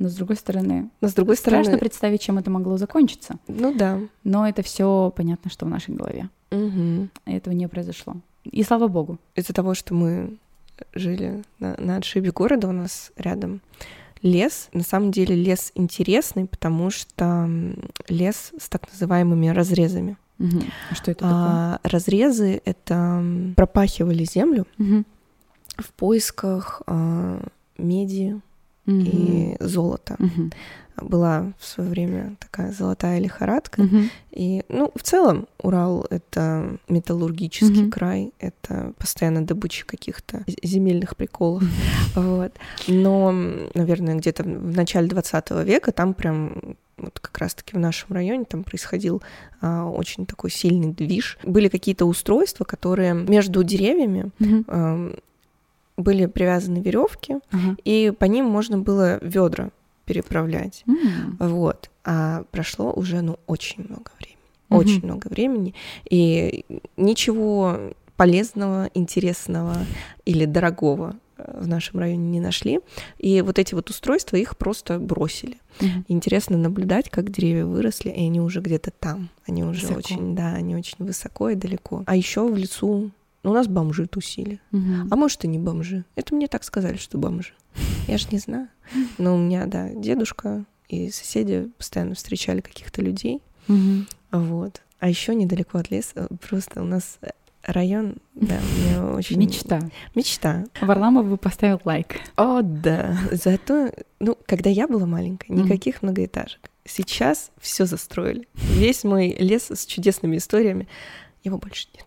но с другой стороны... Страшно представить, чем это могло закончиться. Ну да. Но это все понятно, что в нашей голове. Угу. Этого не произошло. И слава богу. Из-за того, что мы жили на отшибе города, у нас рядом лес. На самом деле лес интересный, потому что лес с так называемыми разрезами. Угу. А что это такое? Разрезы — это пропахивали землю в поисках меди и золота. Была в свое время такая золотая лихорадка. И, в целом Урал — это металлургический край, это постоянно добыча каких-то земельных приколов. Вот. Но, наверное, где-то в начале 20 века там прям вот как раз-таки в нашем районе там происходил очень такой сильный движ. Были какие-то устройства, которые между деревьями были привязаны веревки, и по ним можно было ведра переправлять. Вот. А прошло уже, очень много времени. Очень много времени. И ничего полезного, интересного или дорогого в нашем районе не нашли. И вот эти вот устройства, их просто бросили. Интересно наблюдать, как деревья выросли, и они уже где-то там. Они уже они очень высоко и далеко. А еще в лесу у нас бомжи тусили. А может, и не бомжи. Это мне так сказали, что бомжи. Я ж не знаю. Но у меня, дедушка и соседи постоянно встречали каких-то людей. Вот. А еще недалеко от леса просто у нас район, мне очень... Мечта. Варламов бы поставил лайк. О, да. Зато, когда я была маленькая, никаких многоэтажек. Сейчас все застроили. Весь мой лес с чудесными историями, его больше нет.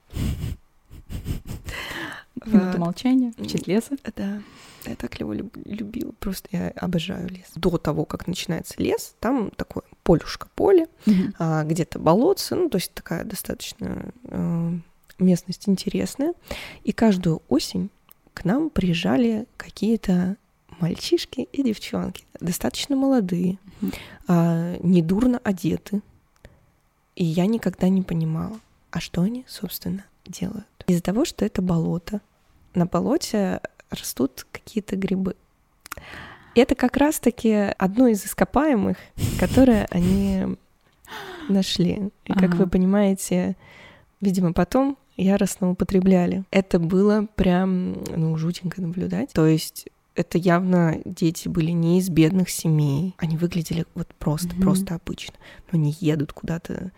Минута молчания, в честь леса. Да. Я так его любила, просто я обожаю лес. До того, как начинается лес, там такое поле, где-то болотце, то есть такая достаточно местность интересная. И каждую осень к нам приезжали какие-то мальчишки и девчонки, достаточно молодые, недурно одеты. И я никогда не понимала, а что они, собственно, делают. Из-за того, что это болото, на болоте растут какие-то грибы. И это как раз-таки одно из ископаемых, которое они нашли. И, как вы понимаете, видимо, потом яростно употребляли. Это было прям, жутенько наблюдать. То есть это явно дети были не из бедных семей. Они выглядели вот просто обычно. Но они едут куда-то...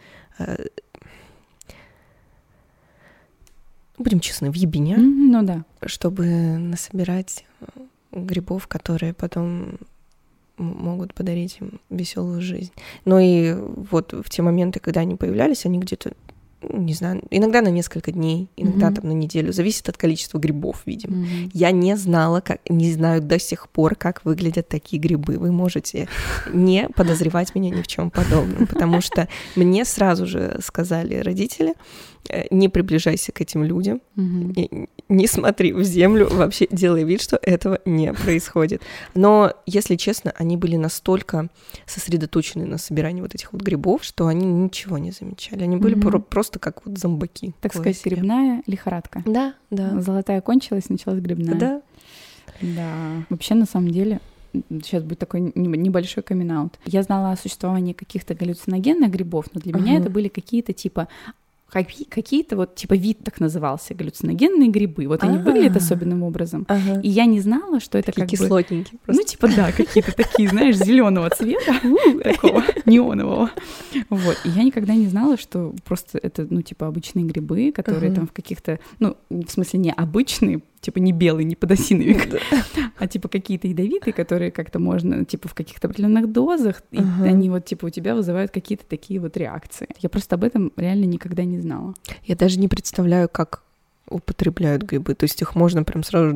Будем честны, в ебеня, чтобы насобирать грибов, которые потом могут подарить им веселую жизнь. Но и вот в те моменты, когда они появлялись, они где-то, не знаю, иногда на несколько дней, иногда там на неделю, зависит от количества грибов, видимо. Я не знаю до сих пор, как выглядят такие грибы. Вы можете не подозревать меня ни в чем подобном, потому что мне сразу же сказали родители: не приближайся к этим людям, не смотри в землю, вообще делай вид, что этого не происходит. Но, если честно, они были настолько сосредоточены на собирании вот этих вот грибов, что они ничего не замечали. Они были просто как вот зомбаки. Так сказать, грибная лихорадка. Да. Золотая кончилась, началась грибная. Да. Вообще, на самом деле, сейчас будет такой небольшой камин-аут. Я знала о существовании каких-то галлюциногенных грибов, но для меня это были какие-то какие-то вот типа вид так назывался, галлюциногенные грибы. Вот они выглядят особенным образом. И я не знала, что это такие как бы... кислотненькие просто. Какие-то такие, знаешь, зеленого цвета, такого неонового. Вот. И я никогда не знала, что просто это, обычные грибы, которые там в каких-то... в смысле, не обычные, не белый, не подосиновик, а какие-то ядовитые, которые как-то можно, в каких-то определенных дозах, и они вот, у тебя вызывают какие-то такие вот реакции. Я просто об этом реально никогда не знала. Я даже не представляю, как употребляют грибы. То есть их можно прям сразу...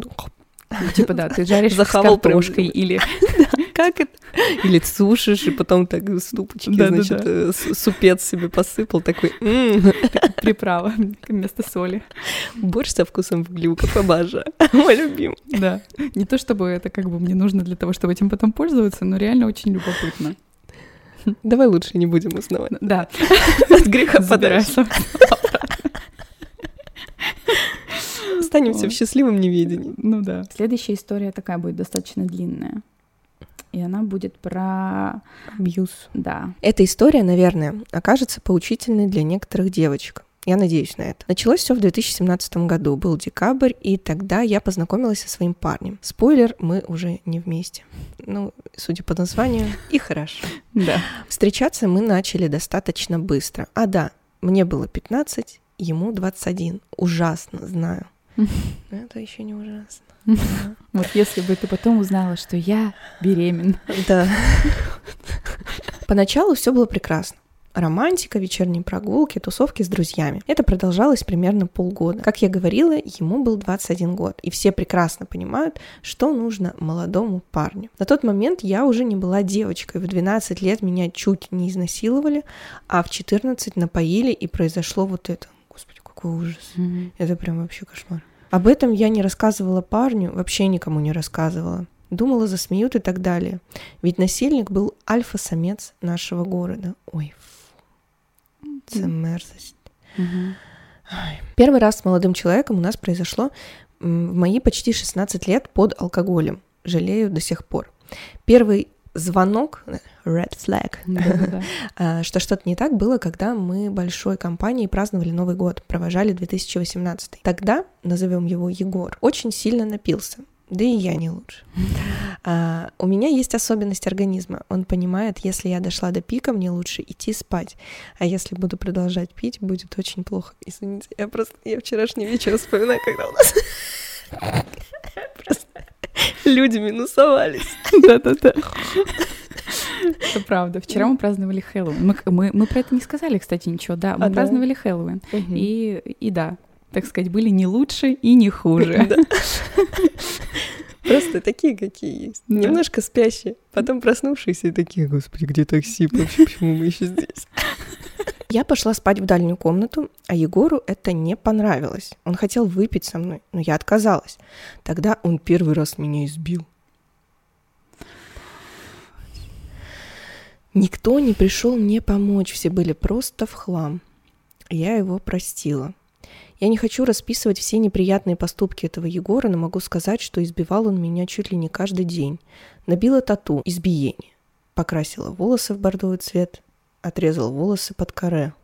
ты жаришь с картошкой или... Как это? Или сушишь, и потом так ступочки, супец себе посыпал, такой... Приправа вместо соли. Борщ со вкусом вглюков, обожаю. Мой любимый. Да. Не то чтобы это мне нужно для того, чтобы этим потом пользоваться, но реально очень любопытно. Давай лучше не будем узнавать. Да. От греха подальше. Останемся в счастливом неведении. Следующая история такая будет достаточно длинная. и она будет про... Абьюз. Да. Эта история, наверное, окажется поучительной для некоторых девочек. Я надеюсь на это. Началось все в 2017 году. Был декабрь, и тогда я познакомилась со своим парнем. Спойлер, мы уже не вместе. Ну, судя по названию, и хорошо. Да. Встречаться мы начали достаточно быстро. А да, мне было 15, ему 21. Ужасно, знаю. Но это еще не ужасно. Вот если бы ты потом узнала, что я беременна. Да. Поначалу все было прекрасно. Романтика, вечерние прогулки, тусовки с друзьями. Это продолжалось примерно полгода. Как я говорила, ему был 21 год, и все прекрасно понимают, что нужно молодому парню. На тот момент я уже не была девочкой. В 12 лет меня чуть не изнасиловали, а в 14 напоили, и произошло вот это. Господи, какой ужас. Это прям вообще кошмар. Об этом я не рассказывала парню, вообще никому не рассказывала. Думала, засмеют и так далее. Ведь насильник был альфа-самец нашего города. Ой, это мерзость. Первый раз с молодым человеком у нас произошло в мои почти 16 лет под алкоголем. Жалею до сих пор. Первый звонок, red flag, что что-то не так было, когда мы большой компанией праздновали Новый год, провожали 2018. Тогда, назовем его Егор, очень сильно напился. Да и я не лучше. У меня есть особенность организма. Он понимает, если я дошла до пика, мне лучше идти спать. А если буду продолжать пить, будет очень плохо. Извините, я вчерашний вечер вспоминаю, когда у нас просто люди минусовались. Да-да-да. Это правда. Вчера мы праздновали Хэллоуин. Мы про это не сказали, кстати, ничего. Да, мы праздновали Хэллоуин. И да, так сказать, были не лучше и не хуже. Просто такие, какие есть. Да. Немножко спящие, потом проснувшиеся и такие: господи, где такси? Почему мы еще здесь? Я пошла спать в дальнюю комнату, а Егору это не понравилось. Он хотел выпить со мной, но я отказалась. Тогда он первый раз меня избил. Никто не пришел мне помочь, все были просто в хлам. Я его простила. Я не хочу расписывать все неприятные поступки этого Егора, но могу сказать, что избивал он меня чуть ли не каждый день. Набила тату «Избиение». Покрасила волосы в бордовый цвет, отрезала волосы под каре.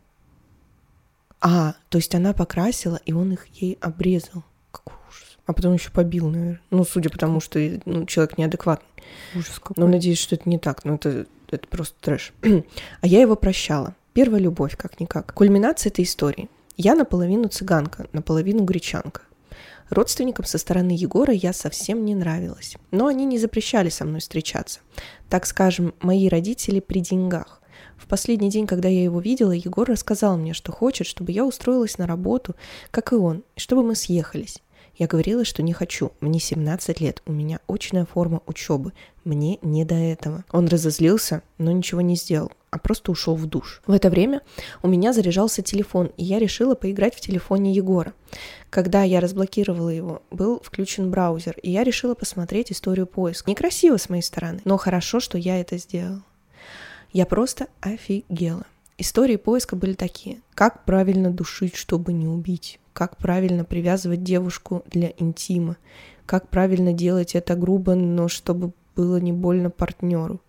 То есть она покрасила, и он их ей обрезал. Какой ужас. А потом еще побил, наверное. Ну, судя по тому, что человек неадекватный. Ужас какой. Но надеюсь, что это не так. Но это просто трэш. А я его прощала. Первая любовь, как-никак. Кульминация этой истории. Я наполовину цыганка, наполовину гречанка. Родственникам со стороны Егора я совсем не нравилась. Но они не запрещали со мной встречаться. Так скажем, мои родители при деньгах. В последний день, когда я его видела, Егор рассказал мне, что хочет, чтобы я устроилась на работу, как и он, и чтобы мы съехались. Я говорила, что не хочу. Мне 17 лет, у меня очная форма учебы. Мне не до этого. Он разозлился, но ничего не сделал, а просто ушел в душ. В это время у меня заряжался телефон, и я решила поиграть в телефоне Егора. Когда я разблокировала его, был включен браузер, и я решила посмотреть историю поиска. Некрасиво с моей стороны, но хорошо, что я это сделала. Я просто офигела. Истории поиска были такие. Как правильно душить, чтобы не убить? Как правильно привязывать девушку для интима? Как правильно делать это грубо, но чтобы было не больно партнеру?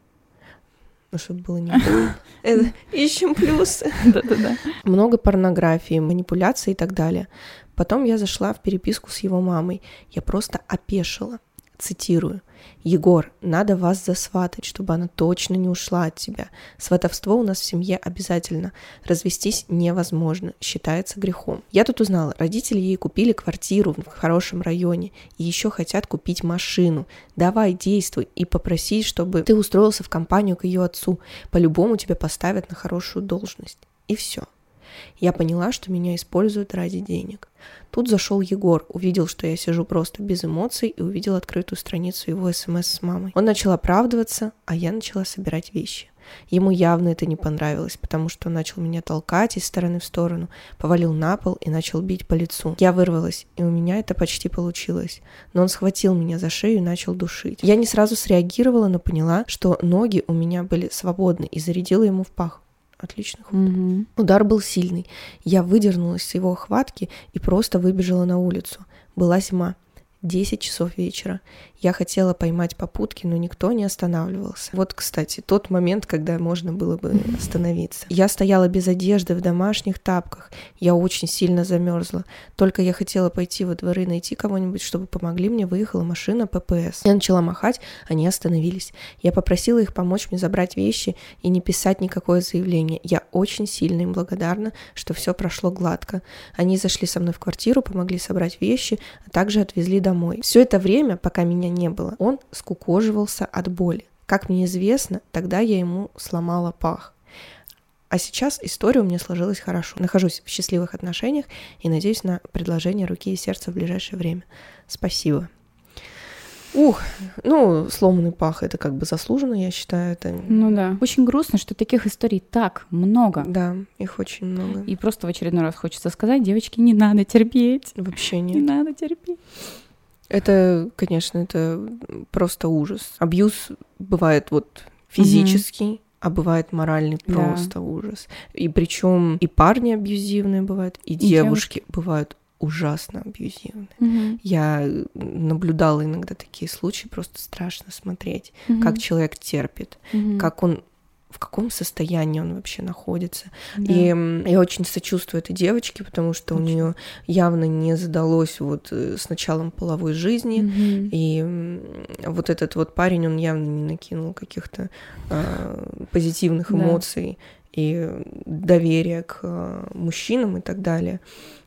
Ну, чтобы было не больно. Ищем плюсы. Да-да-да. Много порнографии, манипуляций и так далее. Потом я зашла в переписку с его мамой. Я просто опешила. Цитирую. «Егор, надо вас засватать, чтобы она точно не ушла от тебя. Сватовство у нас в семье обязательно. Развестись невозможно, считается грехом». Я тут узнала, родители ей купили квартиру в хорошем районе и еще хотят купить машину. Давай, действуй и попроси, чтобы ты устроился в компанию к ее отцу. По-любому тебя поставят на хорошую должность. И все. Я поняла, что меня используют ради денег. Тут зашел Егор, увидел, что я сижу просто без эмоций, и увидел открытую страницу его СМС с мамой. Он начал оправдываться, а я начала собирать вещи. Ему явно это не понравилось, потому что он начал меня толкать из стороны в сторону, повалил на пол и начал бить по лицу. Я вырвалась, и у меня это почти получилось. Но он схватил меня за шею и начал душить. Я не сразу среагировала, но поняла, что ноги у меня были свободны, и зарядила ему в пах. Отличный ход. Удар был сильный. Я выдернулась с его охватки и просто выбежала на улицу. Была зима. 10 часов вечера. Я хотела поймать попутки, но никто не останавливался. Вот, кстати, тот момент, когда можно было бы остановиться. Я стояла без одежды в домашних тапках. Я очень сильно замерзла. Только я хотела пойти во дворы, найти кого-нибудь, чтобы помогли мне, выехала машина ППС. Я начала махать, они остановились. Я попросила их помочь мне забрать вещи и не писать никакое заявление. Я очень сильно им благодарна, что все прошло гладко. Они зашли со мной в квартиру, помогли собрать вещи, а также отвезли домой. Все это время, пока меня не было, он скукоживался от боли. Как мне известно, тогда я ему сломала пах. А сейчас история у меня сложилась хорошо. Нахожусь в счастливых отношениях и надеюсь на предложение руки и сердца в ближайшее время. Спасибо. Сломанный пах — это как бы заслуженно, я считаю. Это... Ну да. Очень грустно, что таких историй так много. Да, их очень много. И просто в очередной раз хочется сказать, девочки, не надо терпеть. Вообще нет. Не надо терпеть. Это, конечно, это просто ужас. Абьюз бывает физический, а бывает моральный просто ужас. И причем и парни абьюзивные бывают, и девушки бывают ужасно абьюзивные. Я наблюдала иногда такие случаи, просто страшно смотреть, как человек терпит, в каком состоянии он вообще находится. Да. И я очень сочувствую этой девочке, потому что у нее явно не задалось с началом половой жизни, и вот этот парень, он явно не накинул каких-то позитивных эмоций и доверия к мужчинам и так далее.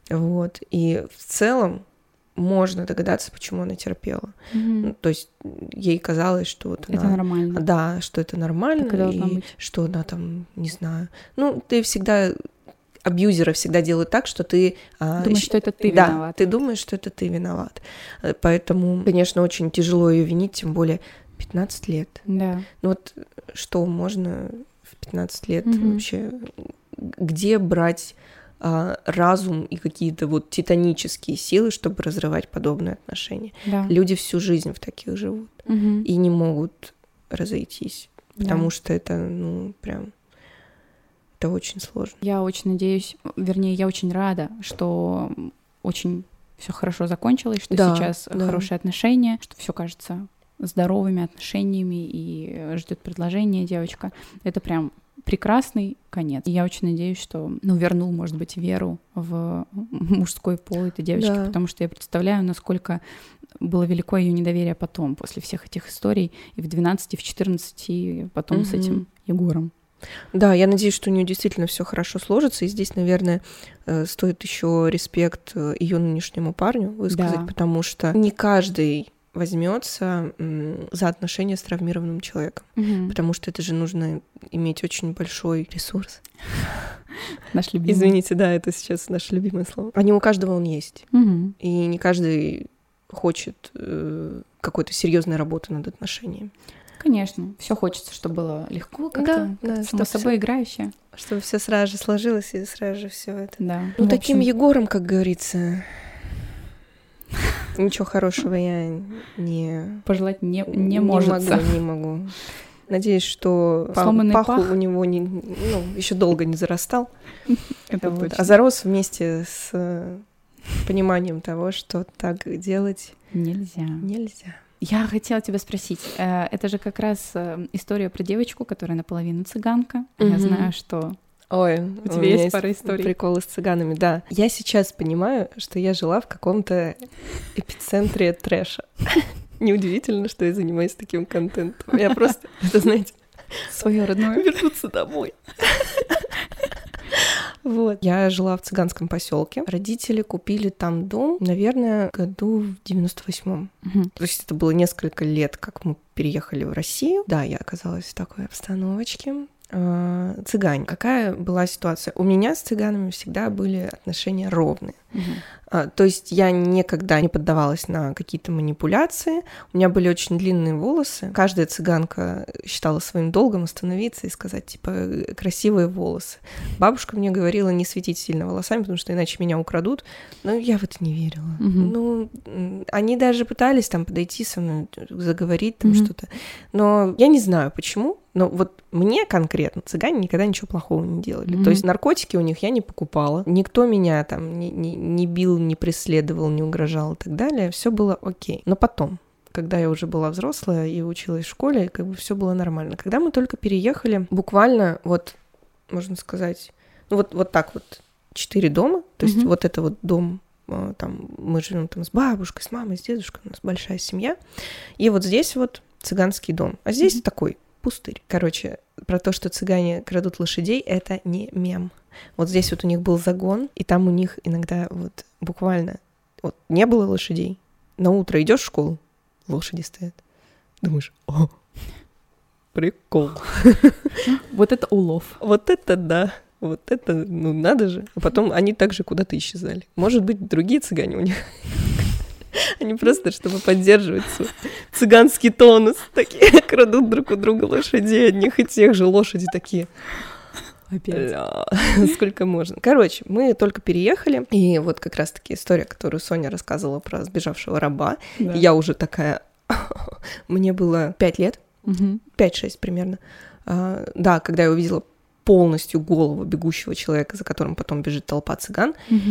И в целом можно догадаться, почему она терпела. То есть ей казалось, что это нормально. Да, что это нормально, так и должно быть. Что она там, не знаю. Ты всегда... Абьюзеры всегда делают так, что ты... Думаешь, что это ты виноват. Да, ты думаешь, что это ты виноват. Поэтому, конечно, очень тяжело ее винить, тем более 15 лет. Да. Что можно в 15 лет вообще... Где брать разум и какие-то титанические силы, чтобы разрывать подобные отношения. Да. Люди всю жизнь в таких живут и не могут разойтись, потому что это, прям, это очень сложно. Я очень надеюсь, вернее, я очень рада, что очень все хорошо закончилось, что сейчас хорошие отношения, что все кажется здоровыми отношениями и ждет предложение девочка. Это прям прекрасный конец. И я очень надеюсь, что вернул, может быть, веру в мужской пол этой девочки, потому что я представляю, насколько было велико ее недоверие потом, после всех этих историй, и в 12, и в 14, и потом с этим Егором. Да, я надеюсь, что у нее действительно все хорошо сложится, и здесь, наверное, стоит еще респект ее нынешнему парню высказать, потому что не каждый возьмется за отношения с травмированным человеком, потому что это же нужно иметь очень большой ресурс. Наш любимый. Извините, да, это сейчас наше любимое слово. А не у каждого он есть. И не каждый хочет какой-то серьезной работы над отношениями. Конечно, все хочется, чтобы было легко, как-то само собой играюще. Чтобы все сразу же сложилось, и сразу же все это. Да. Таким Егором, как говорится... Ничего хорошего я не... Пожелать не может. Не могу. Надеюсь, что пах у него еще долго не зарастал. А зарос вместе с пониманием того, что так делать нельзя. Я хотела тебя спросить, это же как раз история про девочку, которая наполовину цыганка. Я знаю, что... Ой, у тебя есть пара историй. Приколы с цыганами, да. Я сейчас понимаю, что я жила в каком-то эпицентре трэша. Неудивительно, что я занимаюсь таким контентом. Я просто, это, знаете, свое родное. Вернуться домой. Я жила в цыганском поселке. Родители купили там дом, наверное, году в 98-м. То есть это было несколько лет, как мы переехали в Россию. Да, я оказалась в такой обстановочке. Цыгане. Какая была ситуация? У меня с цыганами всегда были отношения ровные. То есть я никогда не поддавалась на какие-то манипуляции. У меня были очень длинные волосы. Каждая цыганка считала своим долгом остановиться и сказать, типа, красивые волосы. Бабушка мне говорила не светить сильно волосами, потому что иначе меня украдут. Но я в это не верила. Они даже пытались там подойти со мной, заговорить там что-то. Но я не знаю, почему. Но мне конкретно цыгане никогда ничего плохого не делали. То есть наркотики у них я не покупала. Никто меня там не бил, не преследовал, не угрожал и так далее. Все было окей. Но потом, когда я уже была взрослая и училась в школе, как бы все было нормально. Когда мы только переехали, буквально, вот, можно сказать, ну вот так вот, 4 дома, то есть вот это вот дом, там мы живем там с бабушкой, с мамой, с дедушкой, у нас большая семья, и вот здесь вот цыганский дом, а здесь такой пустырь. Короче, про то, что цыгане крадут лошадей, это не мем. Вот здесь вот у них был загон, и там у них иногда вот буквально вот не было лошадей. На утро идешь в школу, лошади стоят. Думаешь, о, прикол. Вот это улов. Вот это да. Вот это, ну надо же. А потом они также куда-то исчезали. Может быть, другие цыгане у них. Они просто, чтобы поддерживать свой цыганский тонус, такие крадут друг у друга лошадей, одних и тех же. Лошади такие. Опять. Сколько можно. Короче, мы только переехали, и вот как раз-таки история, которую Соня рассказывала про сбежавшего раба. Да. Я уже такая... Мне было 5 лет, 5-6 примерно. Да, когда я увидела полностью голову бегущего человека, за которым потом бежит толпа цыган.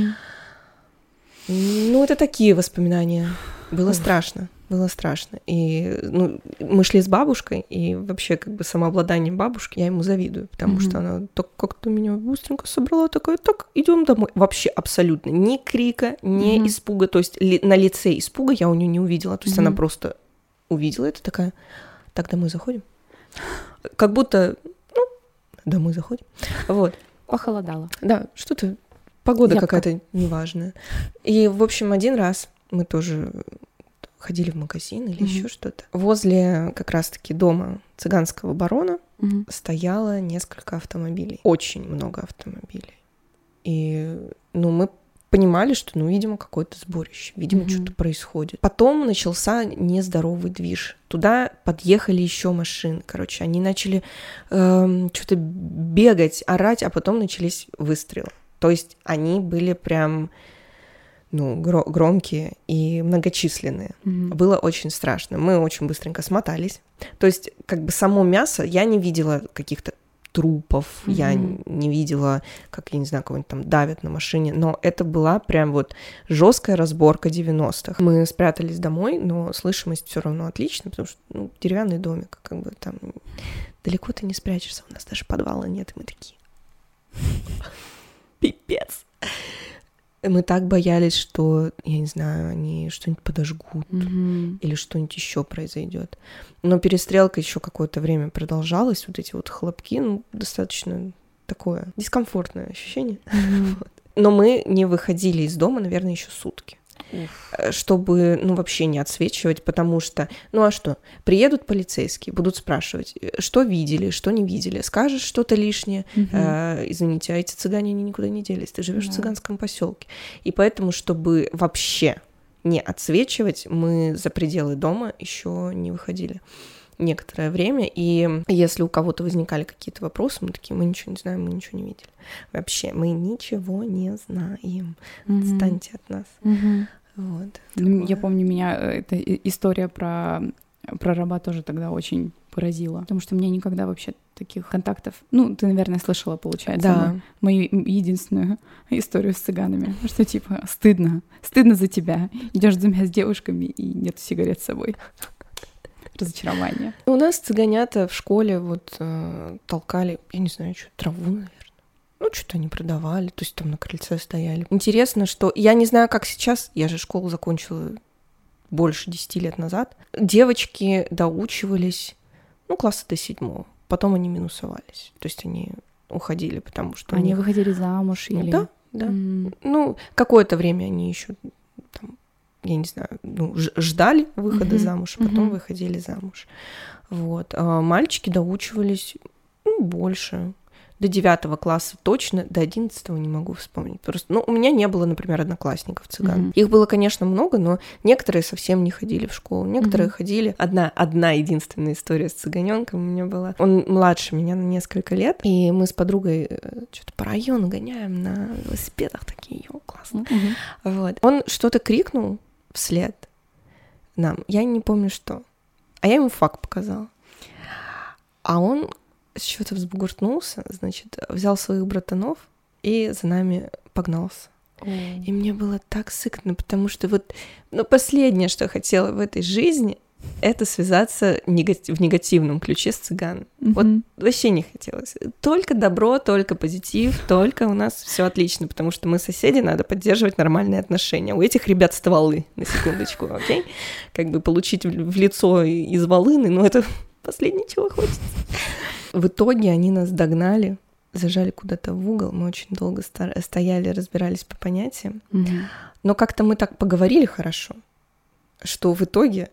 Ну, это такие воспоминания. Было страшно. Было страшно. И ну, мы шли с бабушкой, и вообще как бы самообладание бабушки я ему завидую, потому что она так как-то меня быстренько собрала, такая, так, идем домой. Вообще абсолютно ни крика, ни испуга, то есть на лице испуга я у нее не увидела, то есть она просто увидела это, такая, так, домой заходим. Как будто, ну, домой заходим. Вот. Похолодало. Да, что-то, погода какая-то неважная. И, в общем, один раз мы тоже... ходили в магазин или еще что-то. Возле как раз-таки дома цыганского барона стояло несколько автомобилей. Очень много автомобилей. И, ну, мы понимали, что, ну, видимо, какое-то сборище, видимо, что-то происходит. Потом начался нездоровый движ. Туда подъехали еще машины. Короче, они начали что-то бегать, орать, а потом начались выстрелы. То есть они были прям... ну, громкие и многочисленные. Было очень страшно. Мы очень быстренько смотались. То есть, как бы само мясо, я не видела каких-то трупов, я не видела, как, я не знаю, кого-нибудь там давят на машине, но это была прям вот жесткая разборка 90-х. Мы спрятались домой, но слышимость все равно отличная, потому что, ну, деревянный домик, как бы там далеко ты не спрячешься, у нас даже подвала нет, и мы такие... Пипец! Мы так боялись, что, я не знаю, они что-нибудь подожгут или что-нибудь еще произойдет. Но перестрелка еще какое-то время продолжалась, вот эти вот хлопки, ну, достаточно такое дискомфортное ощущение. Вот. Но мы не выходили из дома, наверное, еще сутки. Чтобы, ну, вообще не отсвечивать, потому что, ну, а что? Приедут полицейские, будут спрашивать, что видели, что не видели. Скажешь что-то лишнее, извините, а эти цыгане, они никуда не делись, ты живешь в цыганском поселке. И поэтому, чтобы вообще не отсвечивать, мы за пределы дома еще не выходили некоторое время, и если у кого-то возникали какие-то вопросы, мы такие, мы ничего не знаем, мы ничего не видели. Вообще, мы ничего не знаем. Отстаньте от нас. Вот. Я помню, меня эта история про раба тоже тогда очень поразила, потому что мне никогда вообще таких контактов... Ну, ты, наверное, слышала, получается, да. Мою единственную историю с цыганами, что типа стыдно за тебя. Идешь с двумя с девушками, и нет сигарет с собой. Разочарование. У нас цыганята в школе вот толкали, я не знаю, что, траву, наверное. Ну, что-то они продавали, то есть там на крыльце стояли. Интересно, что... Я не знаю, как сейчас, я же школу закончила больше 10 лет назад. Девочки доучивались, ну, класса до 7-го. Потом они минусовались. То есть они уходили, потому что... Они выходили замуж или... Да, да. Ну, какое-то время они еще там, я не знаю, ну, ждали выхода замуж, а потом выходили замуж. Вот. А мальчики доучивались, ну, больше. До 9 класса точно, до 11 не могу вспомнить. Просто, ну, у меня не было, например, одноклассников цыган. Их было, конечно, много, но некоторые совсем не ходили в школу, некоторые ходили. Одна единственная история с цыганенком у меня была. Он младше меня на несколько лет, и мы с подругой что-то по району гоняем на велосипедах, такие, классно. Вот. Он что-то крикнул вслед нам, я не помню что. А я ему факт показала. А он с чего-то взбугуртнулся, значит, взял своих братанов и за нами погнался. И мне было так сыкно, потому что вот, ну, последнее, что я хотела в этой жизни, это связаться в негативном ключе с цыганом. Вот вообще не хотелось. Только добро, только позитив, только у нас все отлично, потому что мы соседи, надо поддерживать нормальные отношения. У этих ребят стволы, на секундочку, окей? Как бы получить в лицо из волыны, ну это последнее, чего хочется. В итоге они нас догнали, зажали куда-то в угол, мы очень долго стояли, разбирались по понятиям, но как-то мы так поговорили хорошо, что в итоге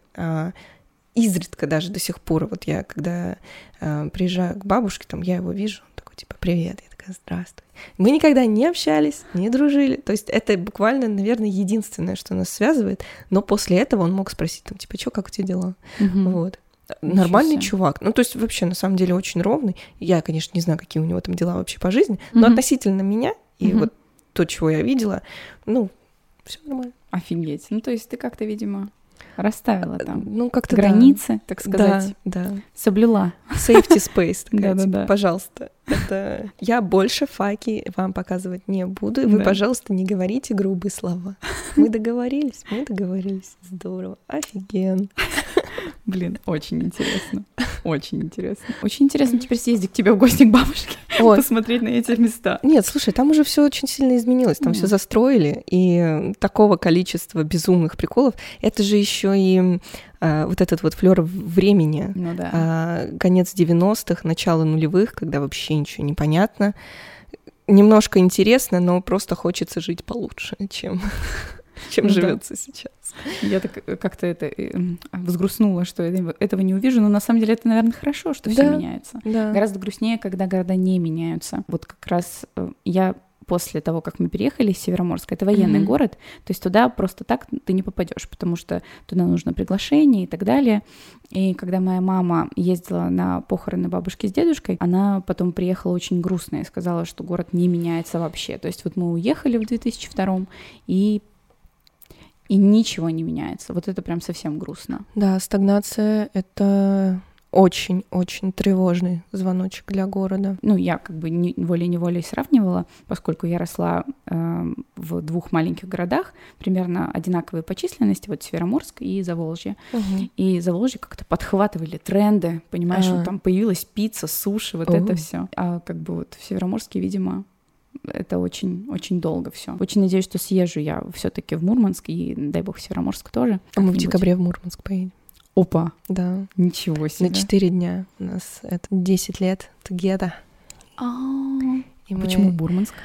изредка даже до сих пор, вот я когда приезжаю к бабушке, там я его вижу, он такой типа «Привет», я такая «Здравствуй». Мы никогда не общались, не дружили, то есть это буквально, наверное, единственное, что нас связывает, но после этого он мог спросить там типа «Чё, как у тебя дела?» Вот. Нормальный чувак. Ну, то есть вообще, на самом деле, очень ровный. Я, конечно, не знаю, какие у него там дела вообще по жизни, но относительно меня и вот то, чего я видела, ну, все нормально. Офигеть. Ну, то есть ты как-то, видимо, расставила там как-то границы, так сказать. Да. Соблюла. Safety space. Такая, Да. типа, пожалуйста. Это я больше факи вам показывать не буду. Вы, пожалуйста, не говорите грубые слова. Мы договорились. Здорово. Офигенно. Блин, очень интересно. Очень интересно. Очень интересно теперь съездить к тебе в гости к бабушке, посмотреть на эти места. Нет, слушай, там уже все очень сильно изменилось. Там все застроили, и такого количества безумных приколов. Это же еще и вот этот вот флёр времени. Ну да. Конец 90-х, начало нулевых, когда вообще ничего не понятно. Немножко интересно, но просто хочется жить получше, чем живется сейчас. Я так как-то это взгрустнула, что этого не увижу, но на самом деле это, наверное, хорошо, что все меняется. Да. Гораздо грустнее, когда города не меняются. Вот как раз я после того, как мы переехали из Североморска, это военный город, то есть туда просто так ты не попадешь, потому что туда нужно приглашение и так далее. И когда моя мама ездила на похороны бабушки с дедушкой, она потом приехала очень грустная и сказала, что город не меняется вообще. То есть вот мы уехали в 2002 и ничего не меняется. Вот это прям совсем грустно. Да, стагнация — это очень-очень тревожный звоночек для города. Ну, я как бы волей-неволей сравнивала, поскольку я росла в двух маленьких городах, примерно одинаковые по численности, вот Североморск и Заволжье. И Заволжье как-то подхватывали тренды, понимаешь, вот там появилась пицца, суши, вот это все. А как бы вот в Североморске, видимо, это очень-очень долго все. Очень надеюсь, что съезжу я все-таки в Мурманск, и дай бог в Североморск тоже. А мы в декабре в Мурманск поедем. Опа! Да. Ничего себе. На 4 дня. У нас это 10 лет together. Почему Мурманск?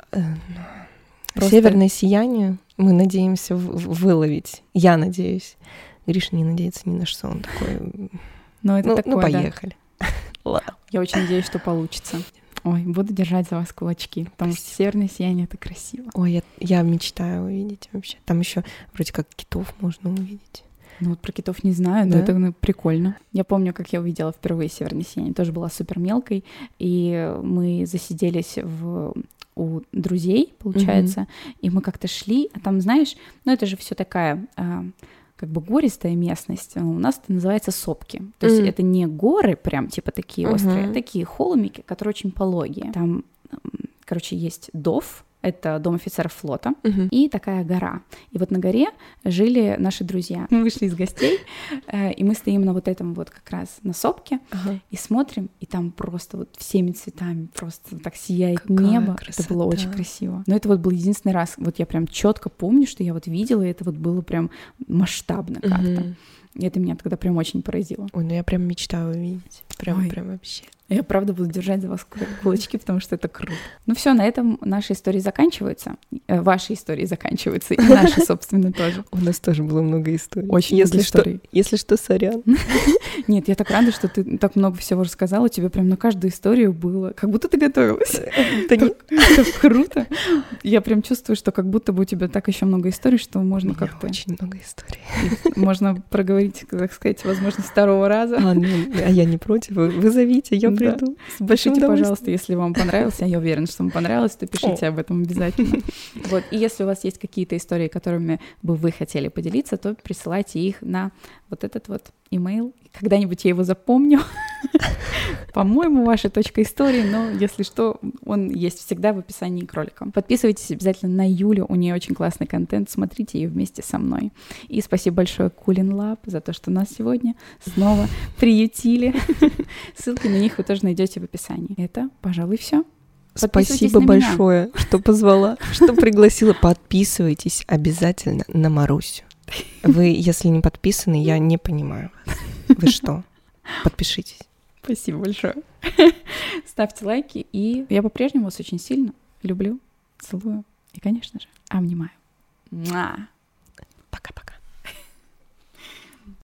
Северное сияние мы надеемся выловить. Я надеюсь. Гриша не надеется ни на что. Он такой... Ну, поехали. Ладно. Я очень надеюсь, что получится. Ой, буду держать за вас кулачки, потому что северное сияние — это красиво. Ой, я мечтаю увидеть вообще. Там еще вроде как китов можно увидеть. Ну вот про китов не знаю, но это прикольно. Я помню, как я увидела впервые северное сияние. Тоже была супер мелкой, и мы засиделись у друзей, получается, и мы как-то шли, а там, знаешь, ну это же все такая... как бы гористая местность, у нас это называется сопки. То есть это не горы прям типа такие острые, а такие холмики, которые очень пологие. Там, короче, есть Дов, это дом офицеров флота, и такая гора. И вот на горе жили наши друзья. Мы вышли из гостей, и мы стоим на вот этом вот как раз на сопке, и смотрим, и там просто вот всеми цветами просто так сияет какая небо. Красота. Это было очень красиво. Но это вот был единственный раз, вот я прям четко помню, что я вот видела, и это вот было прям масштабно как-то. И это меня тогда прям очень поразило. Ой, ну я прям мечтаю увидеть. Прям вообще. Я правда буду держать за вас кулачки, потому что это круто. Ну все, на этом наши истории заканчиваются. Ваши истории заканчиваются, и наши, собственно, тоже. У нас тоже было много историй. Очень много историй. Если что, сорян. Нет, я так рада, что ты так много всего рассказала. У тебя прям на каждую историю было. Как будто ты готовилась. Так круто. Я прям чувствую, что как будто бы у тебя так еще много историй, что можно как-то... очень много историй. Можно проговорить, так сказать, возможно, с второго раза. А я не против. Вы зовите, я приду. Пишите, пожалуйста, если вам понравился. Я уверена, что вам понравилось, то пишите об этом обязательно. Вот. И если у вас есть какие-то истории, которыми бы вы хотели поделиться, то присылайте их на вот этот вот имейл. Когда-нибудь я его запомню. По-моему, ваша точка истории, но если что, он есть всегда в описании к роликам. Подписывайтесь обязательно на Юлю, у нее очень классный контент, смотрите ее вместе со мной. И спасибо большое Cooling Lab за то, что нас сегодня снова приютили. Ссылки на них вы тоже найдете в описании. Это, пожалуй, все. Спасибо большое, что позвала, что пригласила. Подписывайтесь обязательно на Марусю. Вы, если не подписаны, я не понимаю. Вы что? Подпишитесь. Спасибо большое. Ставьте лайки, и я по-прежнему вас очень сильно люблю, целую и, конечно же, обнимаю. Муа!